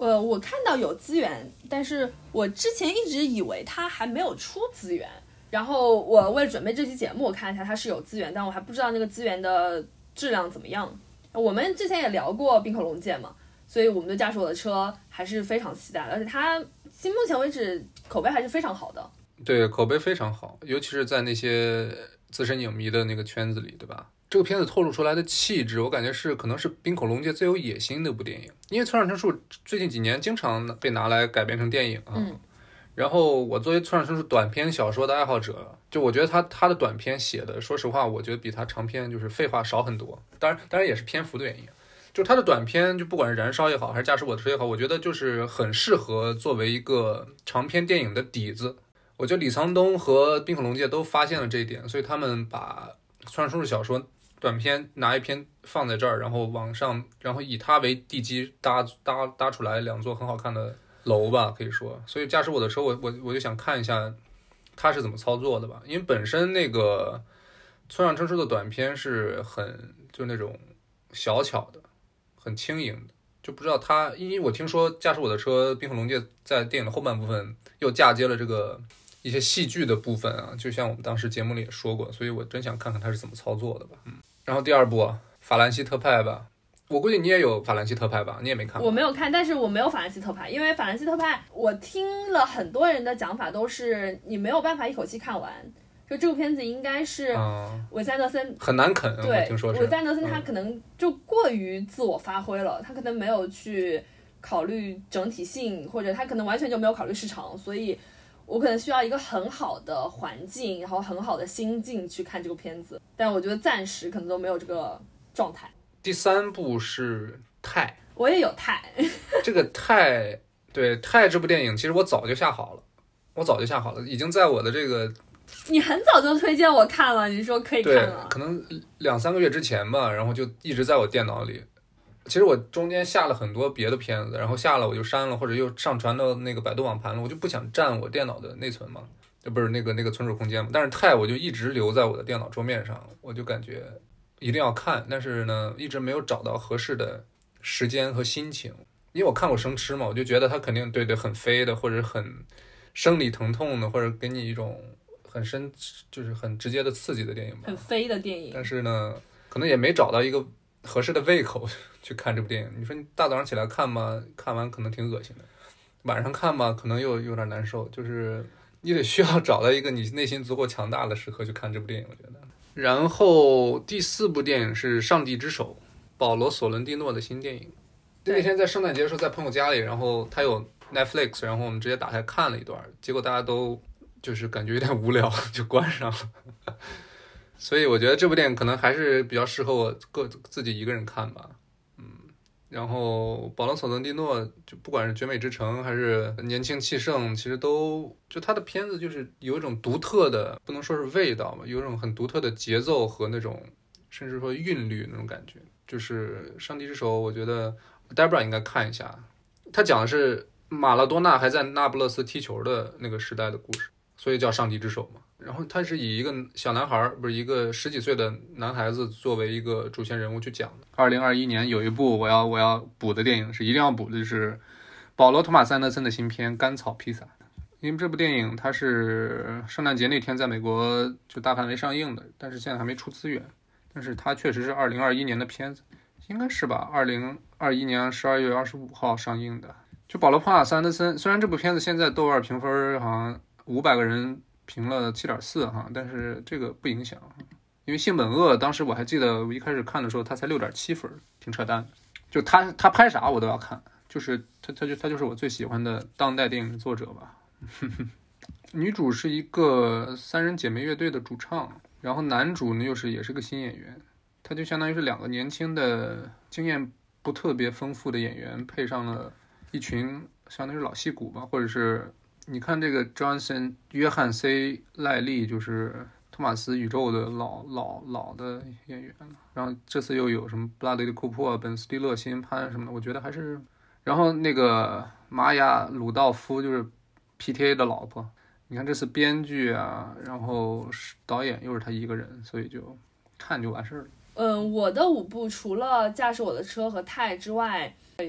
呃，我看到有资源，但是我之前一直以为它还没有出资源。然后我为了准备这期节目，我看了一下它是有资源，但我还不知道那个资源的质量怎么样。我们之前也聊过冰口龙介嘛，所以我们对驾驶我的车还是非常期待的，而且它目前为止口碑还是非常好的。 对，口碑非常好，尤其是在那些资深影迷的那个圈子里，对吧？这个片子透露出来的气质，我感觉是可能是冰口龙介最有野心的一部电影。因为村上春树最近几年经常被拿来改编成电影啊。 嗯。 然后我作为村上春树短篇小说的爱好者，就我觉得他他的短篇写的，说实话，我觉得比他长篇就是废话少很多。当然，当然也是篇幅的原因。就他的短篇，就不管是燃烧也好，还是驾驶我的车也好，我觉得就是很适合作为一个长篇电影的底子。我觉得李沧东和冰口龙介都发现了这一点，所以他们把村上春树小说短篇拿一篇放在这儿，然后往上，然后以它为地基搭搭搭出来两座很好看的楼吧，可以说。所以驾驶我的车，我我我就想看一下他是怎么操作的吧，因为本身那个村上春树的短篇是很就那种小巧的，很轻盈的，就不知道他，因为我听说驾驶我的车，冰口龙介在电影的后半部分又嫁接了这个一些戏剧的部分啊，就像我们当时节目里也说过，所以我真想看看他是怎么操作的吧。嗯，然后第二部啊，法兰西特派吧，我估计你也有法兰西特派吧，你也没看。 我没有看，但是我没有法兰西特派，因为法兰西特派我听了很多人的讲法，都是你没有办法一口气看完。就这部片子应该是韦斯安德森、 嗯、很难啃， 对， 我听说是韦斯安德森他可能就过于自我发挥了，嗯、他可能没有去考虑整体性，或者他可能完全就没有考虑市场，所以我可能需要一个很好的环境，然后很好的心境去看这个片子，但我觉得暂时可能都没有这个状态。 第三部是泰， 我也有泰。 这个泰，对泰这部电影，其实我早就下好了，我早就下好了，已经在我的这个。 你很早就推荐我看了，你说可以看了， 对，可能两三个月之前吧，然后就一直在我电脑里。其实我中间下了很多别的片子，然后下了我就删了，或者又上传到那个百度网盘了，我就不想占我电脑的内存嘛，就不是那个那个存储空间嘛。但是泰我就一直留在我的电脑桌面上，我就感觉一定要看，但是呢，一直没有找到合适的时间和心情。因为我看过生吃嘛，我就觉得它肯定对对很飞的，或者很生理疼痛的，或者给你一种很深就是很直接的刺激的电影吧， 很飞的电影。 但是呢，可能也没找到一个合适的胃口去看这部电影。你说你大早上起来看吧，看完可能挺恶心的；晚上看吧，可能又有点难受。就是你得需要找到一个你内心足够强大的时刻去看这部电影，我觉得。然后第四部电影是《上帝之手》，保罗·索伦蒂诺的新电影。那天在圣诞节的时候在朋友家里，然后他有 Netflix， 然后我们直接打开看了一段，结果大家都就是感觉有点无聊，就关上了。所以我觉得这部电影可能还是比较适合我个自己一个人看吧。嗯，然后保罗·索伦蒂诺就不管是《绝美之城》还是《年轻气盛》，其实都就他的片子就是有一种独特的，不能说是味道吧，有一种很独特的节奏和那种甚至说韵律那种感觉。就是《上帝之手》，我觉得 Debra 应该看一下，他讲的是马拉多纳还在那不勒斯踢球的那个时代的故事，所以叫上帝之手嘛。然后他是以一个小男孩，不是一个十几岁的男孩子作为一个主线人物去讲的。二零二一年有一部我要我要补的电影是一定要补的，就是保罗·托马斯·安德森的新片《甘草披萨》。因为这部电影它是圣诞节那天在美国就大范围上映的，但是现在还没出资源。但是它确实是二零二一年的片子，应该是吧？二零二一年十二月二十五号上映的。就保罗·托马斯·安德森，虽然这部片子现在豆瓣评分好像五百个人评了 七点四 哈，但是这个不影响，因为性本恶当时我还记得我一开始看的时候他才 六点七分，挺扯淡的。就他他拍啥我都要看，就是他他就他就是我最喜欢的当代电影的作者吧。女主是一个三人姐妹乐队的主唱，然后男主呢又是也是个新演员，他就相当于是两个年轻的经验不特别丰富的演员配上了一群相当于是老戏骨吧，或者是你看这个 Johnson 约翰 C 赖利就是托马斯宇宙的老老老的演员了，然后这次又有什么布拉德利·库珀、本·斯蒂勒、辛潘什么的，我觉得还是。然后那个玛雅·鲁道夫就是 P T A 的老婆，你看这次编剧啊，然后导演又是他一个人，所以就看就完事儿了。 嗯，我的五部除了驾驶我的车和泰之外，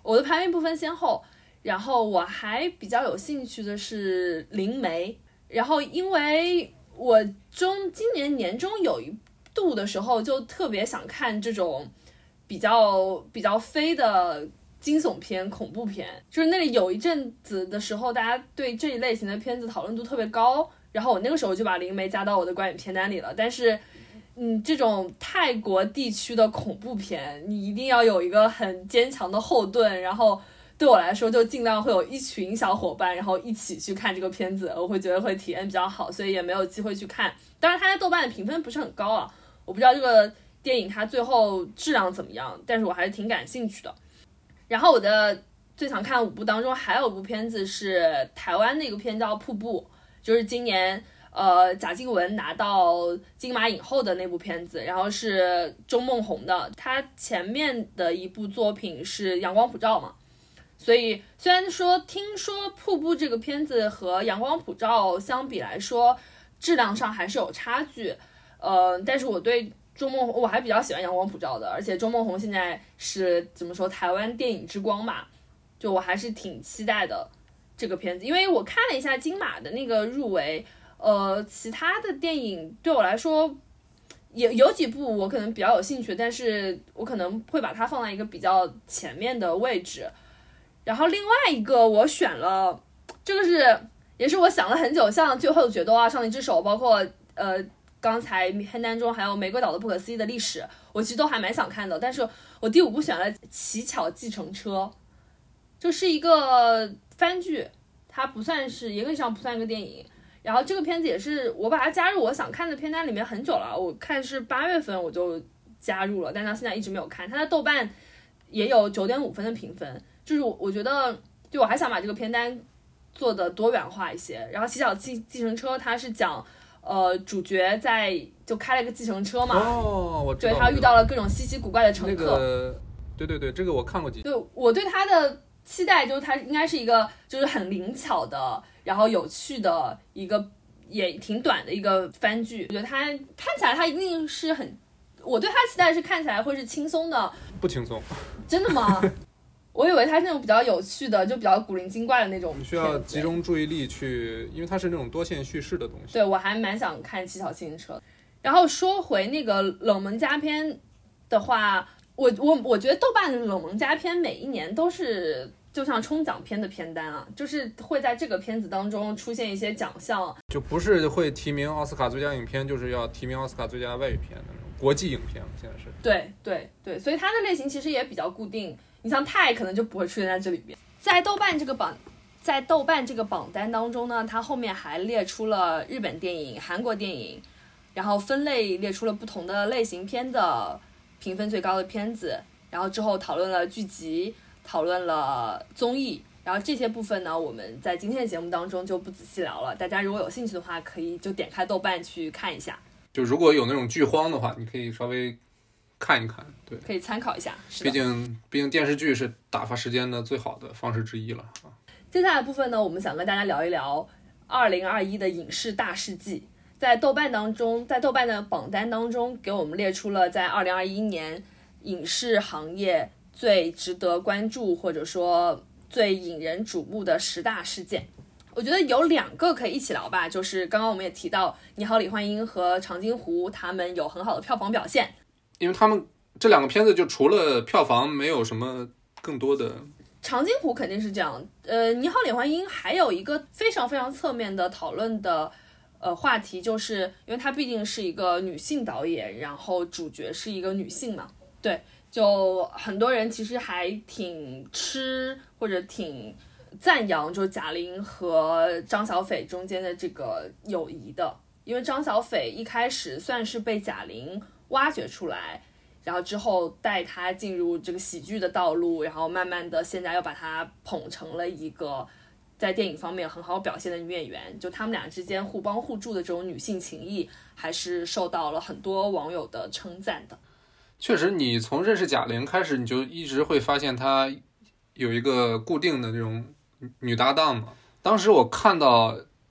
我的排名不分先后。然后我还比较有兴趣的是灵媒，然后因为我中今年年中有一度的时候就特别想看这种比较比较飞的惊悚片、恐怖片，就是那里有一阵子的时候，大家对这一类型的片子讨论度特别高，然后我那个时候就把灵媒加到我的观影片单里了。但是嗯，这种泰国地区的恐怖片，你一定要有一个很坚强的后盾，然后对我来说就尽量会有一群小伙伴，然后一起去看这个片子，我会觉得会体验比较好，所以也没有机会去看。当然它在豆瓣的评分不是很高啊，我不知道这个电影它最后质量怎么样，但是我还是挺感兴趣的。然后我的最想看五部当中还有一部片子是台湾的一个片叫《瀑布》，就是今年呃贾静雯拿到金马影后的那部片子，然后是钟孟宏的，他前面的一部作品是《阳光普照》嘛。所以虽然说听说瀑布这个片子和阳光普照相比来说质量上还是有差距，呃，但是我对钟孟宏我还比较喜欢阳光普照的，而且钟孟宏现在是怎么说台湾电影之光嘛，就我还是挺期待的这个片子。因为我看了一下金马的那个入围，呃，其他的电影对我来说也有几部我可能比较有兴趣，但是我可能会把它放在一个比较前面的位置。然后另外一个我选了，这个是也是我想了很久，像最后的决斗啊、上帝之手，包括呃刚才片单中还有玫瑰岛的不可思议的历史，我其实都还蛮想看的。但是我第五部选了乞巧计程车，就是一个番剧，它不算是严格意义上不算一个电影。然后这个片子也是我把它加入我想看的片单里面很久了，我看是八月份我就加入了，但到现在一直没有看。它在豆瓣也有九点五分的评分。就是我我觉得，就我还想把这个片单做的多元化一些。然后乞巧计计程车，它是讲，呃，主角在就开了一个计程车嘛， 哦，我知道， 对他遇到了各种稀奇古怪的乘客。 那个，对对对，这个我看过几集。 对，我对他的期待就是他应该是一个就是很灵巧的，然后有趣的一个也挺短的一个番剧。我觉得他看起来他一定是很，我对他期待是看起来会是轻松的。 不轻松。 真的吗？我以为它是那种比较有趣的，就比较古灵精怪的那种。 你需要集中注意力去，因为它是那种多线叙事的东西。 对，我还蛮想看乞巧计程车。然后说回那个冷门佳片的话，我我我觉得豆瓣的冷门佳片每一年都是就像冲奖片的片单啊，就是会在这个片子当中出现一些奖项， 就不是会提名奥斯卡最佳影片，就是要提名奥斯卡最佳外语片的那种国际影片，现在是。 对对对，所以它的类型其实也比较固定。你像泰可能就不会出现在这里面。在豆瓣这个榜，在豆瓣这个榜单当中呢，它后面还列出了日本电影、韩国电影，然后分类列出了不同的类型片的评分最高的片子，然后之后讨论了剧集，讨论了综艺，然后这些部分呢，我们在今天的节目当中就不仔细聊了。大家如果有兴趣的话，可以就点开豆瓣去看一下。 就如果有那种剧荒的话，你可以稍微看一看，对， 可以参考一下。 毕竟毕竟电视剧是打发时间的最好的方式之一了啊。 接下来的部分呢，我们想跟大家聊一聊二零二一的影视大事记。在豆瓣当中，在豆瓣的榜单当中，给我们列出了在二零二一年影视行业最值得关注或者说最引人瞩目的十大事件。我觉得有两个可以一起聊吧，就是刚刚我们也提到《你好，李焕英》和《长津湖》，他们有很好的票房表现。 因为他们这两个片子就除了票房没有什么更多的。 长津湖肯定是这样，呃，你好，李焕英还有一个非常非常侧面的讨论的呃话题，就是因为它毕竟是一个女性导演，然后主角是一个女性嘛，对，就很多人其实还挺吃或者挺赞扬就贾玲和张小斐中间的这个友谊的，因为张小斐一开始算是被贾玲挖掘出来，然后之后带他进入这个喜剧的道路，然后慢慢的现在又把他捧成了一个在电影方面很好表现的女演员。就他们俩之间互帮互助的这种女性情谊，还是受到了很多网友的称赞的。 确实，你从认识贾玲开始，你就一直会发现她有一个固定的这种女搭档嘛。当时我看到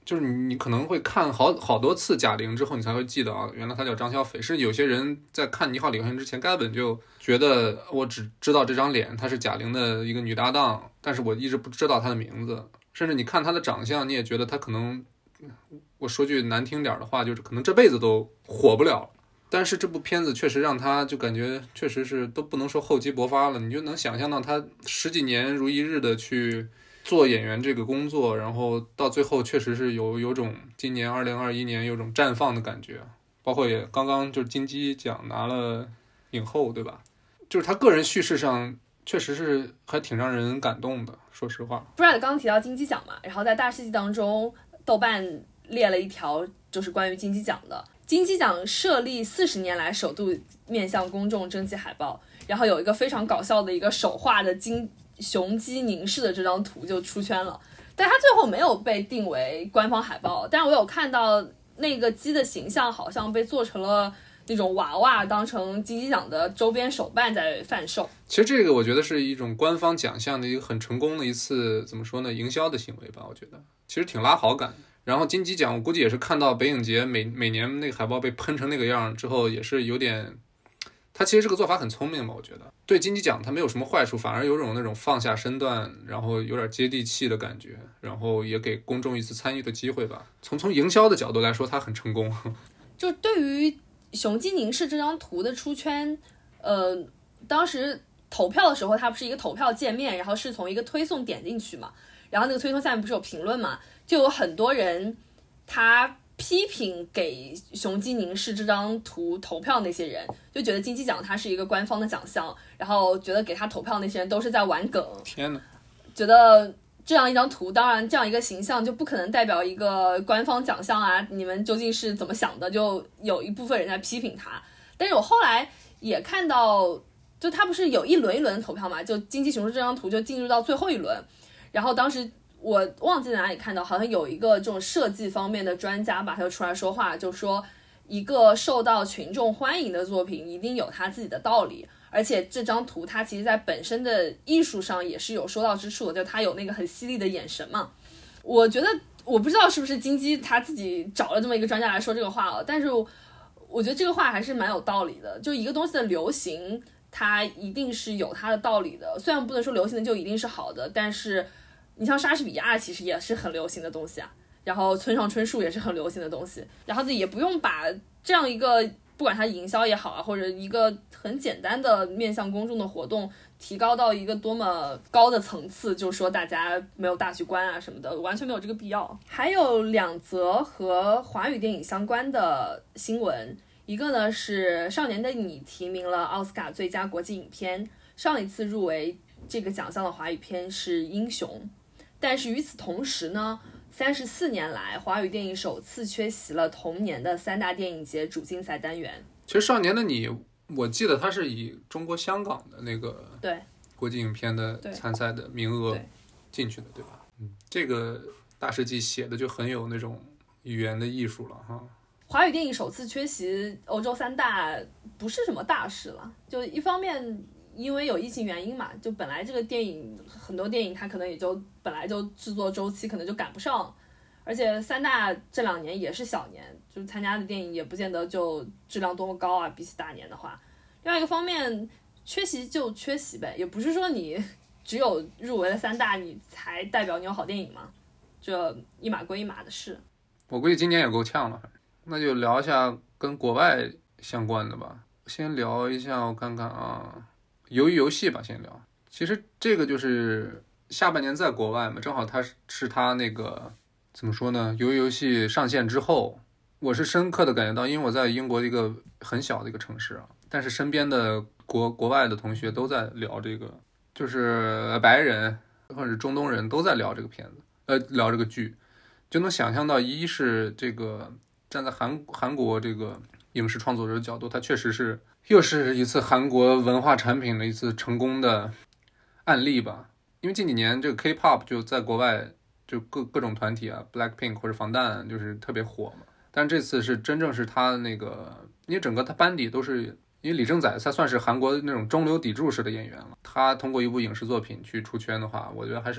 就是你你可能会看好好多次贾玲之后，你才会记得啊，原来她叫张小斐。是有些人在看《你好，李焕英》之前，根本就觉得我只知道这张脸，她是贾玲的一个女搭档，但是我一直不知道她的名字。甚至你看她的长相，你也觉得她可能，我说句难听点的话，就是可能这辈子都火不了。但是这部片子确实让她就感觉确实是都不能说厚积薄发了，你就能想象到她十几年如一日的去做演员这个工作，然后到最后确实是有有种今年二零二一年有种绽放的感觉，包括也刚刚就是金鸡奖拿了影后，对吧？就是他个人叙事上确实是还挺让人感动的，说实话。 Brad 刚刚提到金鸡奖嘛，然后在大事记当中，豆瓣列了一条就是关于金鸡奖的。金鸡奖设立四十年来首度面向公众征集海报，然后有一个非常搞笑的一个手画的金雄鸡凝视的这张图就出圈了，但它最后没有被定为官方海报，但是我有看到那个鸡的形象好像被做成了那种娃娃，当成金鸡奖的周边手办在贩售。 其实这个我觉得是一种官方奖项的一个很成功的一次怎么说呢，营销的行为吧，我觉得其实挺拉好感的。然后金鸡奖我估计也是看到北影节每每年那个海报被喷成那个样之后，也是有点，他其实这个做法很聪明吧，我觉得对金鸡奖它没有什么坏处，反而有种那种放下身段，然后有点接地气的感觉，然后也给公众一次参与的机会吧。从从营销的角度来说，它很成功。 就对于雄鸡凝视这张图的出圈，呃，当时投票的时候，它不是一个投票界面，然后是从一个推送点进去嘛，然后那个推送下面不是有评论嘛，就有很多人他批评给雄鸡凝视这张图投票那些人，就觉得金鸡奖它是一个官方的奖项，然后觉得给他投票那些人都是在玩梗。 天哪！ 觉得这样一张图，当然这样一个形象就不可能代表一个官方奖项啊，你们究竟是怎么想的？就有一部分人在批评他。但是我后来也看到，就他不是有一轮一轮的投票嘛，就金鸡雄狮这张图就进入到最后一轮，然后当时我忘记在哪里看到，好像有一个这种设计方面的专家吧，他就出来说话，就说一个受到群众欢迎的作品一定有他自己的道理，而且这张图它其实在本身的艺术上也是有说到之处的，就它有那个很犀利的眼神嘛。我觉得我不知道是不是金鸡他自己找了这么一个专家来说这个话了，但是我觉得这个话还是蛮有道理的。就一个东西的流行，它一定是有它的道理的，虽然不能说流行的就一定是好的，但是你像莎士比亚其实也是很流行的东西啊，然后村上春树也是很流行的东西，然后也不用把这样一个不管它营销也好啊，或者一个很简单的面向公众的活动提高到一个多么高的层次，就是说大家没有大局观啊什么的，完全没有这个必要。还有两则和华语电影相关的新闻，一个呢是《少年的你》提名了奥斯卡最佳国际影片，上一次入围这个奖项的华语片是《英雄》，但是与此同时呢，三十四年来华语电影首次缺席了同年的三大电影节主竞赛单元。 其实《少年的你》我记得它是以中国香港的那个对国际影片的参赛的名额进去的， 对, 对吧？嗯，这个大师记写的就很有那种语言的艺术了哈。 华语电影首次缺席欧洲三大不是什么大事了，就一方面因为有疫情原因嘛，就本来这个电影很多电影它可能也就本来就制作周期可能就赶不上，而且三大这两年也是小年，就是参加的电影也不见得就质量多么高啊，比起大年的话。另外一个方面，缺席就缺席呗，也不是说你只有入围了三大你才代表你有好电影嘛，这一码归一码的事。 我估计今年也够呛了，那就聊一下跟国外相关的吧。先聊一下，我看看啊，鱿鱼游戏吧，先聊。其实这个就是下半年在国外嘛，正好它是它那个怎么说呢？鱿鱼游戏上线之后，我是深刻的感觉到，因为我在英国一个很小的一个城市啊，但是身边的国国外的同学都在聊这个，就是白人或者中东人都在聊这个片子，呃，聊这个剧，就能想象到，一是这个站在韩韩国这个影视创作者的角度，它确实是又是一次韩国文化产品的一次成功的案例吧。因为近几年这个 K-pop 就在国外就各各种团体啊 ，Blackpink 或者防弹就是特别火嘛。但这次是真正是他那个，因为整个他班底都是，因为李正宰他算是韩国那种中流砥柱式的演员了，他通过一部影视作品去出圈的话，我觉得还是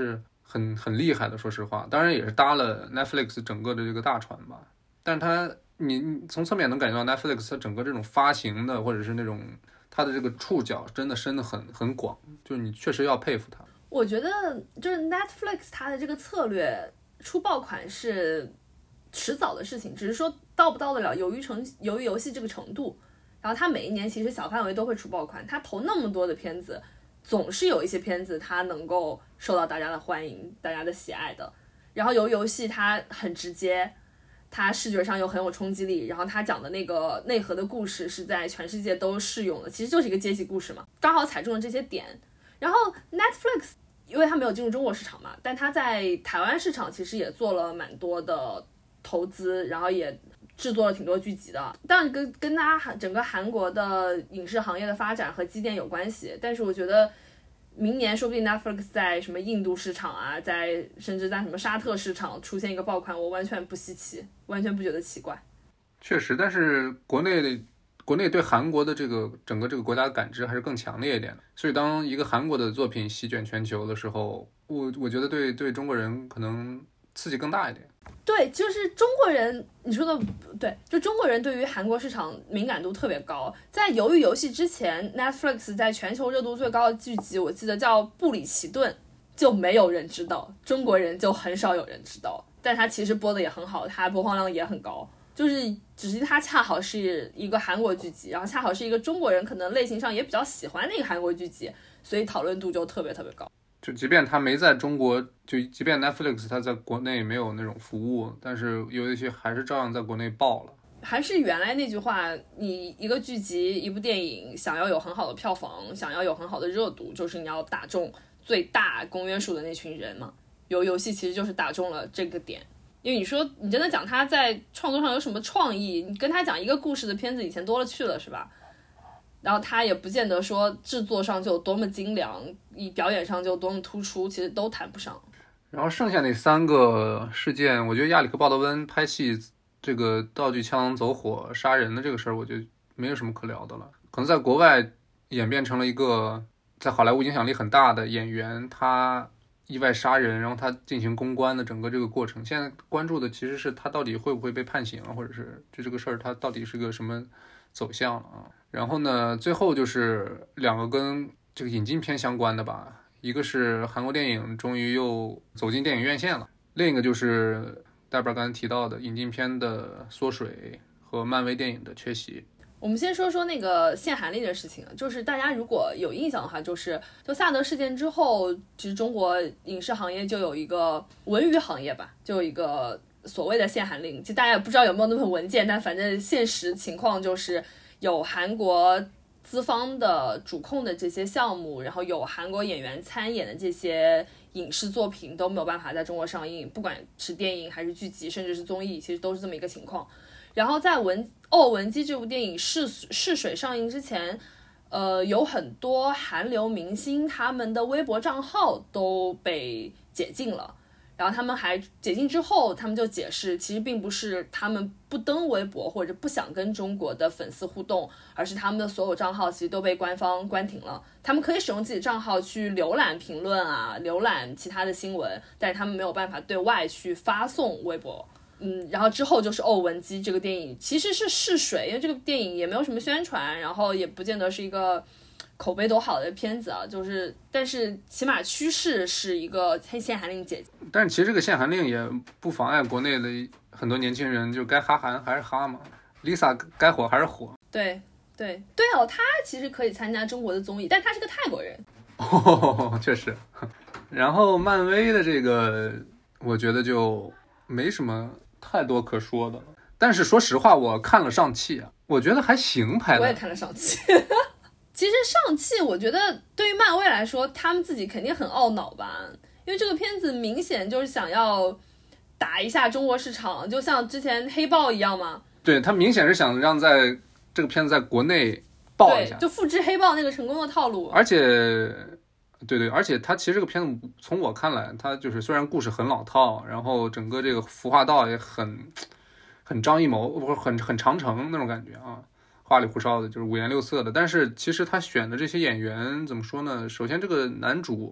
很很厉害的，说实话，当然也是搭了 Netflix 整个的这个大船吧。但是它你你从侧面能感觉到 Netflix 它整个这种发行的或者是那种它的这个触角真的伸得很很广，就是你确实要佩服它。 我觉得就是 Netflix 它的这个策略出爆款是迟早的事情，只是说到不到得了鱿鱼成鱿鱼游戏这个程度。然后它每一年其实小范围都会出爆款，它投那么多的片子，总是有一些片子它能够受到大家的欢迎，大家的喜爱的。然后鱿鱼游戏它很直接，它视觉上又很有冲击力，然后它讲的那个内核的故事是在全世界都适用的，其实就是一个阶级故事嘛，刚好踩中了这些点。然后 Netflix 因为它没有进入中国市场嘛，但它在台湾市场其实也做了蛮多的投资，然后也制作了挺多剧集的，当然跟跟它整个韩国的影视行业的发展和积淀有关系，但是我觉得明年说不定 Netflix 在什么印度市场啊，在甚至在什么沙特市场出现一个爆款，我完全不稀奇，完全不觉得奇怪。 确实，但是国内的国内对韩国的这个整个这个国家的感知还是更强烈一点的，所以当一个韩国的作品席卷全球的时候，我我觉得对对中国人可能刺激更大一点。 对，就是中国人，你说的对，就中国人对于韩国市场敏感度特别高。在鱿鱼游戏之前 ，Netflix 在全球热度最高的剧集，我记得叫《布里奇顿》，就没有人知道，中国人就很少有人知道。但它其实播的也很好，它播放量也很高，就是只是它恰好是一个韩国剧集，然后恰好是一个中国人可能类型上也比较喜欢的一个韩国剧集，所以讨论度就特别特别高。 就即便它没在中国，就即便 Netflix 它在国内没有那种服务，但是有一些还是照样在国内爆了。 还是原来那句话，你一个剧集一部电影想要有很好的票房，想要有很好的热度，就是你要打中最大公约数的那群人嘛。有游戏其实就是打中了这个点，因为你说你真的讲他在创作上有什么创意，你跟他讲一个故事的片子以前多了去了，是吧？然后他也不见得说制作上就有多么精良，以表演上就有多么突出，其实都谈不上。 然后剩下那三个事件，我觉得亚里克鲍德温拍戏这个道具枪走火杀人的这个事儿，我觉得没有什么可聊的了。可能在国外演变成了一个在好莱坞影响力很大的演员，他意外杀人，然后他进行公关的整个这个过程。现在关注的其实是他到底会不会被判刑，或者是就这个事儿他到底是个什么走向了啊。然后呢，最后就是两个跟这个引进片相关的吧，一个是韩国电影终于又走进电影院线了，另一个就是戴布尔刚才提到的引进片的缩水和漫威电影的缺席。 我们先说说那个限韩令的事情，就是大家如果有印象的话，就是就萨德事件之后，其实中国影视行业就有一个文娱行业吧，就有一个所谓的限韩令。其实大家也不知道有没有那份文件，但反正现实情况就是有韩国资方的主控的这些项目，然后有韩国演员参演的这些影视作品都没有办法在中国上映，不管是电影还是剧集，甚至是综艺，其实都是这么一个情况。然后在文《哦文姬》这部电影试试水上映之前，呃，有很多韩流明星他们的微博账号都被解禁了。然后他们还解禁之后，他们就解释，其实并不是他们不登微博或者不想跟中国的粉丝互动，而是他们的所有账号其实都被官方关停了。他们可以使用自己账号去浏览评论啊，浏览其他的新闻，但是他们没有办法对外去发送微博。嗯，然后之后就是《哦文姬》这个电影，其实是试水，因为这个电影也没有什么宣传，然后也不见得是一个口碑多好的片子啊，就是但是起码趋势是一个限韩令解禁。 但是其实这个限韩令也不妨碍国内的很多年轻人就该哈韩还是哈嘛 ，Lisa 该火还是火。 对对对哦，他其实可以参加中国的综艺，但他是个泰国人。 哦，确实。然后漫威的这个，我觉得就没什么太多可说的了。但是说实话，我看了上汽啊，我觉得还行拍的。 我也看了上汽。其实上汽我觉得对于漫威来说，他们自己肯定很懊恼吧，因为这个片子明显就是想要打一下中国市场，就像之前黑豹一样嘛。 对，他明显是想让在这个片子在国内爆一下， 对，就复制黑豹那个成功的套路。 而且对对，而且它其实这个片子从我看来，它就是虽然故事很老套，然后整个这个服化道也很很张艺谋，不是很很长城那种感觉啊，花里胡哨的，就是五颜六色的。但是其实他选的这些演员怎么说呢？首先这个男主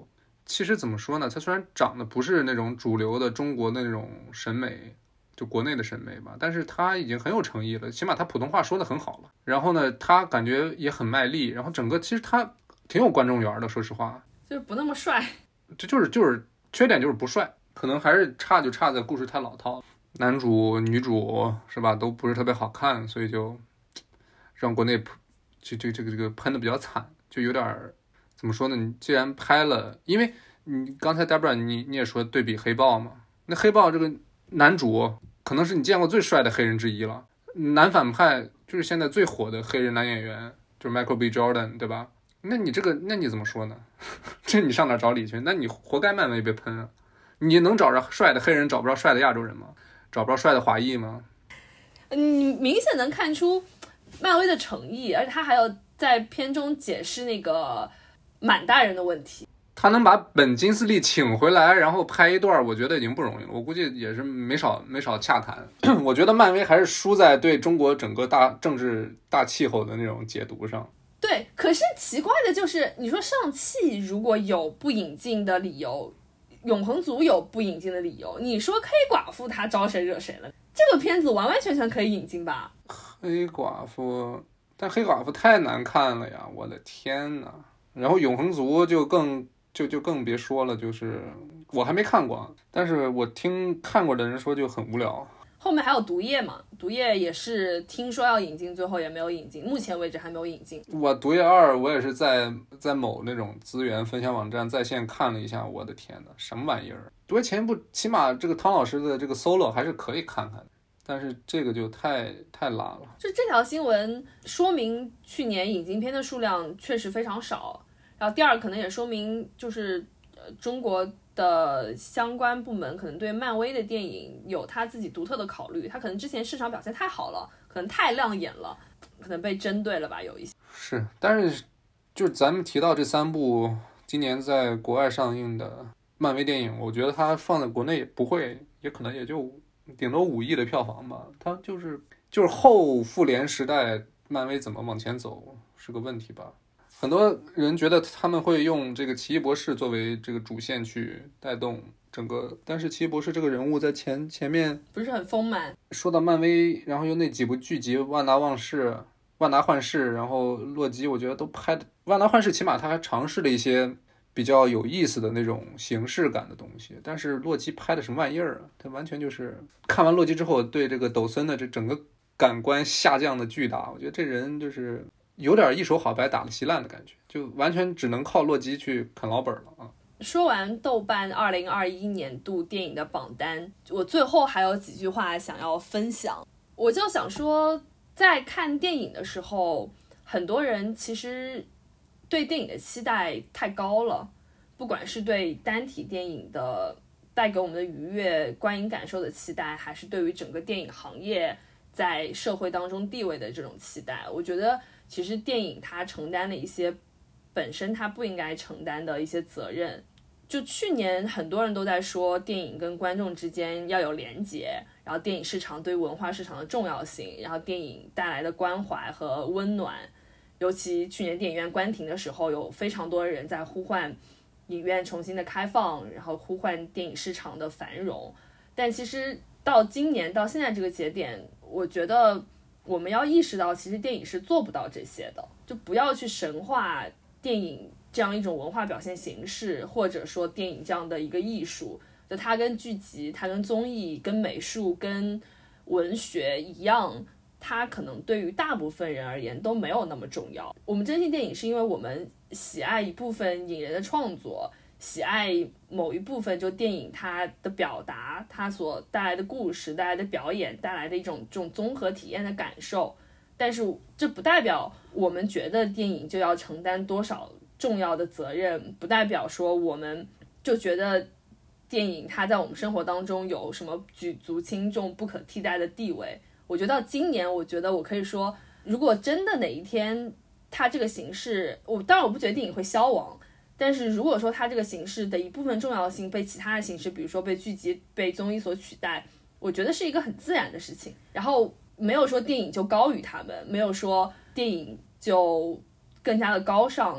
其实怎么说呢，它虽然长得不是那种主流的中国的那种审美，就国内的审美吧，但是他已经很有诚意了，起码他普通话说的很好了。然后呢，他感觉也很卖力，然后整个其实他挺有观众缘的，说实话， 就是不那么帅。 这就是就是缺点就是不帅，可能还是差就差在故事太老套，男主女主是吧都不是特别好看，所以就让国内就这这个这个喷的比较惨，就有点怎么说呢？你既然拍了，因为你刚才 Debra 你你也说对比黑豹嘛，那黑豹这个男主可能是你见过最帅的黑人之一了，男反派就是现在最火的黑人男演员，就是 Michael B. Jordan， 对吧？那你这个，那你怎么说呢？这你上哪找理去？那你活该漫威被喷啊！你能找着帅的黑人，找不着帅的亚洲人吗？找不着帅的华裔吗？ 你明显能看出漫威的诚意，而且他还有在片中解释那个满大人的问题。 他能把本金斯利请回来，然后拍一段，我觉得已经不容易了。我估计也是没少没少洽谈。我觉得漫威还是输在对中国整个大政治大气候的那种解读上。 对，可是奇怪的就是，你说上汽如果有不引进的理由，永恒族有不引进的理由，你说黑寡妇她招谁惹谁了？这个片子完完全全可以引进吧？ 黑寡妇，但黑寡妇太难看了呀！我的天哪！然后永恒族就更就就更别说了，就是我还没看过，但是我听看过的人说就很无聊。 后面还有毒液嘛，毒液也是听说要引进，最后也没有引进，目前为止还没有引进。 我毒液二我也是在在某那种资源分享网站在线看了一下，我的天哪，什么玩意儿！毒液前一部起码这个汤老师的这个 solo 还是可以看看的，但是这个就太太拉了。 就这条新闻说明去年引进片的数量确实非常少，然后第二可能也说明就是呃中国的相关部门可能对漫威的电影有他自己独特的考虑，他可能之前市场表现太好了，可能太亮眼了，可能被针对了吧，有一些是。但是就是咱们提到这三部今年在国外上映的漫威电影，我觉得它放在国内也不会，也可能也就顶多五亿的票房吧，它就是就是后复联时代漫威怎么往前走是个问题吧。很多人觉得他们会用这个奇异博士作为这个主线去带动整个，但是奇异博士这个人物在前前面不是很丰满。 说到漫威，然后又那几部剧集万达万事、万达幻视，然后洛基，我觉得都拍的万达幻视起码他还尝试了一些比较有意思的那种形式感的东西，但是洛基拍的什么玩意儿啊？他完全就是看完洛基之后对这个抖森的这整个感官下降的巨大，我觉得这人就是有点一手好牌打了稀烂的感觉，就完全只能靠洛基去啃老本了啊！ 说完豆瓣二零二一年度电影的榜单，我最后还有几句话想要分享。我就想说，在看电影的时候，很多人其实对电影的期待太高了，不管是对单体电影的带给我们的愉悦观影感受的期待，还是对于整个电影行业在社会当中地位的这种期待，我觉得其实电影它承担了一些本身它不应该承担的一些责任。就去年很多人都在说电影跟观众之间要有连结，然后电影市场对文化市场的重要性，然后电影带来的关怀和温暖，尤其去年电影院关停的时候，有非常多人在呼唤影院重新的开放，然后呼唤电影市场的繁荣。但其实到今年到现在这个节点，我觉得我们要意识到其实电影是做不到这些的，就不要去神化电影这样一种文化表现形式，或者说电影这样的一个艺术，就它跟剧集、它跟综艺、跟美术、跟文学一样，它可能对于大部分人而言都没有那么重要。我们珍惜电影是因为我们喜爱一部分影人的创作，喜爱某一部分就电影它的表达，它所带来的故事、带来的表演、带来的一种这种综合体验的感受。但是这不代表我们觉得电影就要承担多少重要的责任，不代表说我们就觉得电影它在我们生活当中有什么举足轻重不可替代的地位。我觉得到今年，我觉得我可以说，如果真的哪一天它这个形式，我当然我不觉得电影会消亡，但是如果说它这个形式的一部分重要性被其他的形式，比如说被剧集、被综艺所取代，我觉得是一个很自然的事情。然后没有说电影就高于他们，没有说电影就更加的高尚，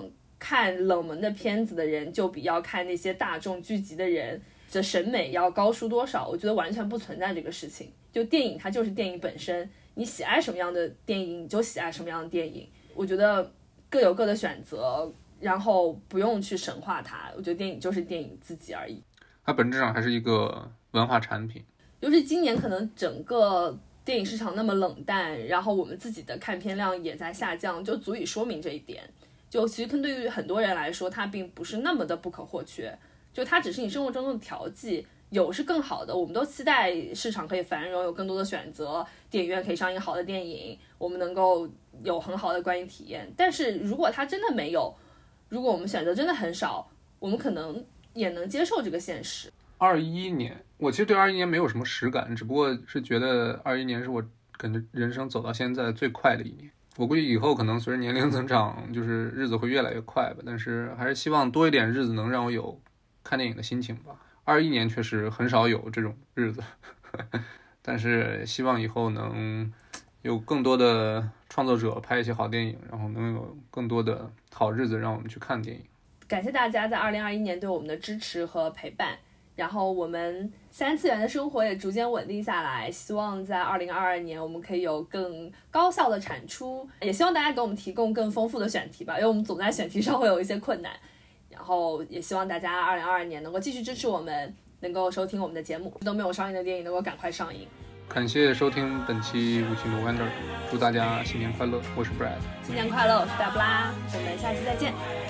看冷门的片子的人就比要看那些大众聚集的人的审美要高出多少，我觉得完全不存在这个事情。就电影它就是电影本身，你喜爱什么样的电影你就喜爱什么样的电影，我觉得各有各的选择，然后不用去神化它，我觉得电影就是电影自己而已， 它本质上还是一个文化产品。 尤其今年可能整个电影市场那么冷淡，然后我们自己的看片量也在下降，就足以说明这一点。就其实对于很多人来说，它并不是那么的不可或缺，就它只是你生活中的调剂，有是更好的。我们都期待市场可以繁荣，有更多的选择，电影院可以上映好的电影，我们能够有很好的观影体验。但是如果它真的没有，如果我们选择真的很少，我们可能也能接受这个现实。 二一年，我其实对二一年没有什么实感，只不过是觉得二一年是我感觉人生走到现在最快的一年。我估计以后可能随着年龄增长，就是日子会越来越快吧，但是还是希望多一点日子能让我有看电影的心情吧。二一年确实很少有这种日子，但是希望以后能有更多的创作者拍一些好电影，然后能有更多的好日子让我们去看电影。 感谢大家在二零二一年对我们的支持和陪伴，然后我们三次元的生活也逐渐稳定下来，希望在二零二二年我们可以有更高效的产出，也希望大家给我们提供更丰富的选题吧，因为我们总在选题上会有一些困难，然后也希望大家二零二二年能够继续支持我们，能够收听我们的节目，都没有上映的电影能够赶快上映。 感谢收听本期五七 No Wonder， 祝大家新年快乐，我是 Brad， 新年快乐，我是大布拉，我们下期再见。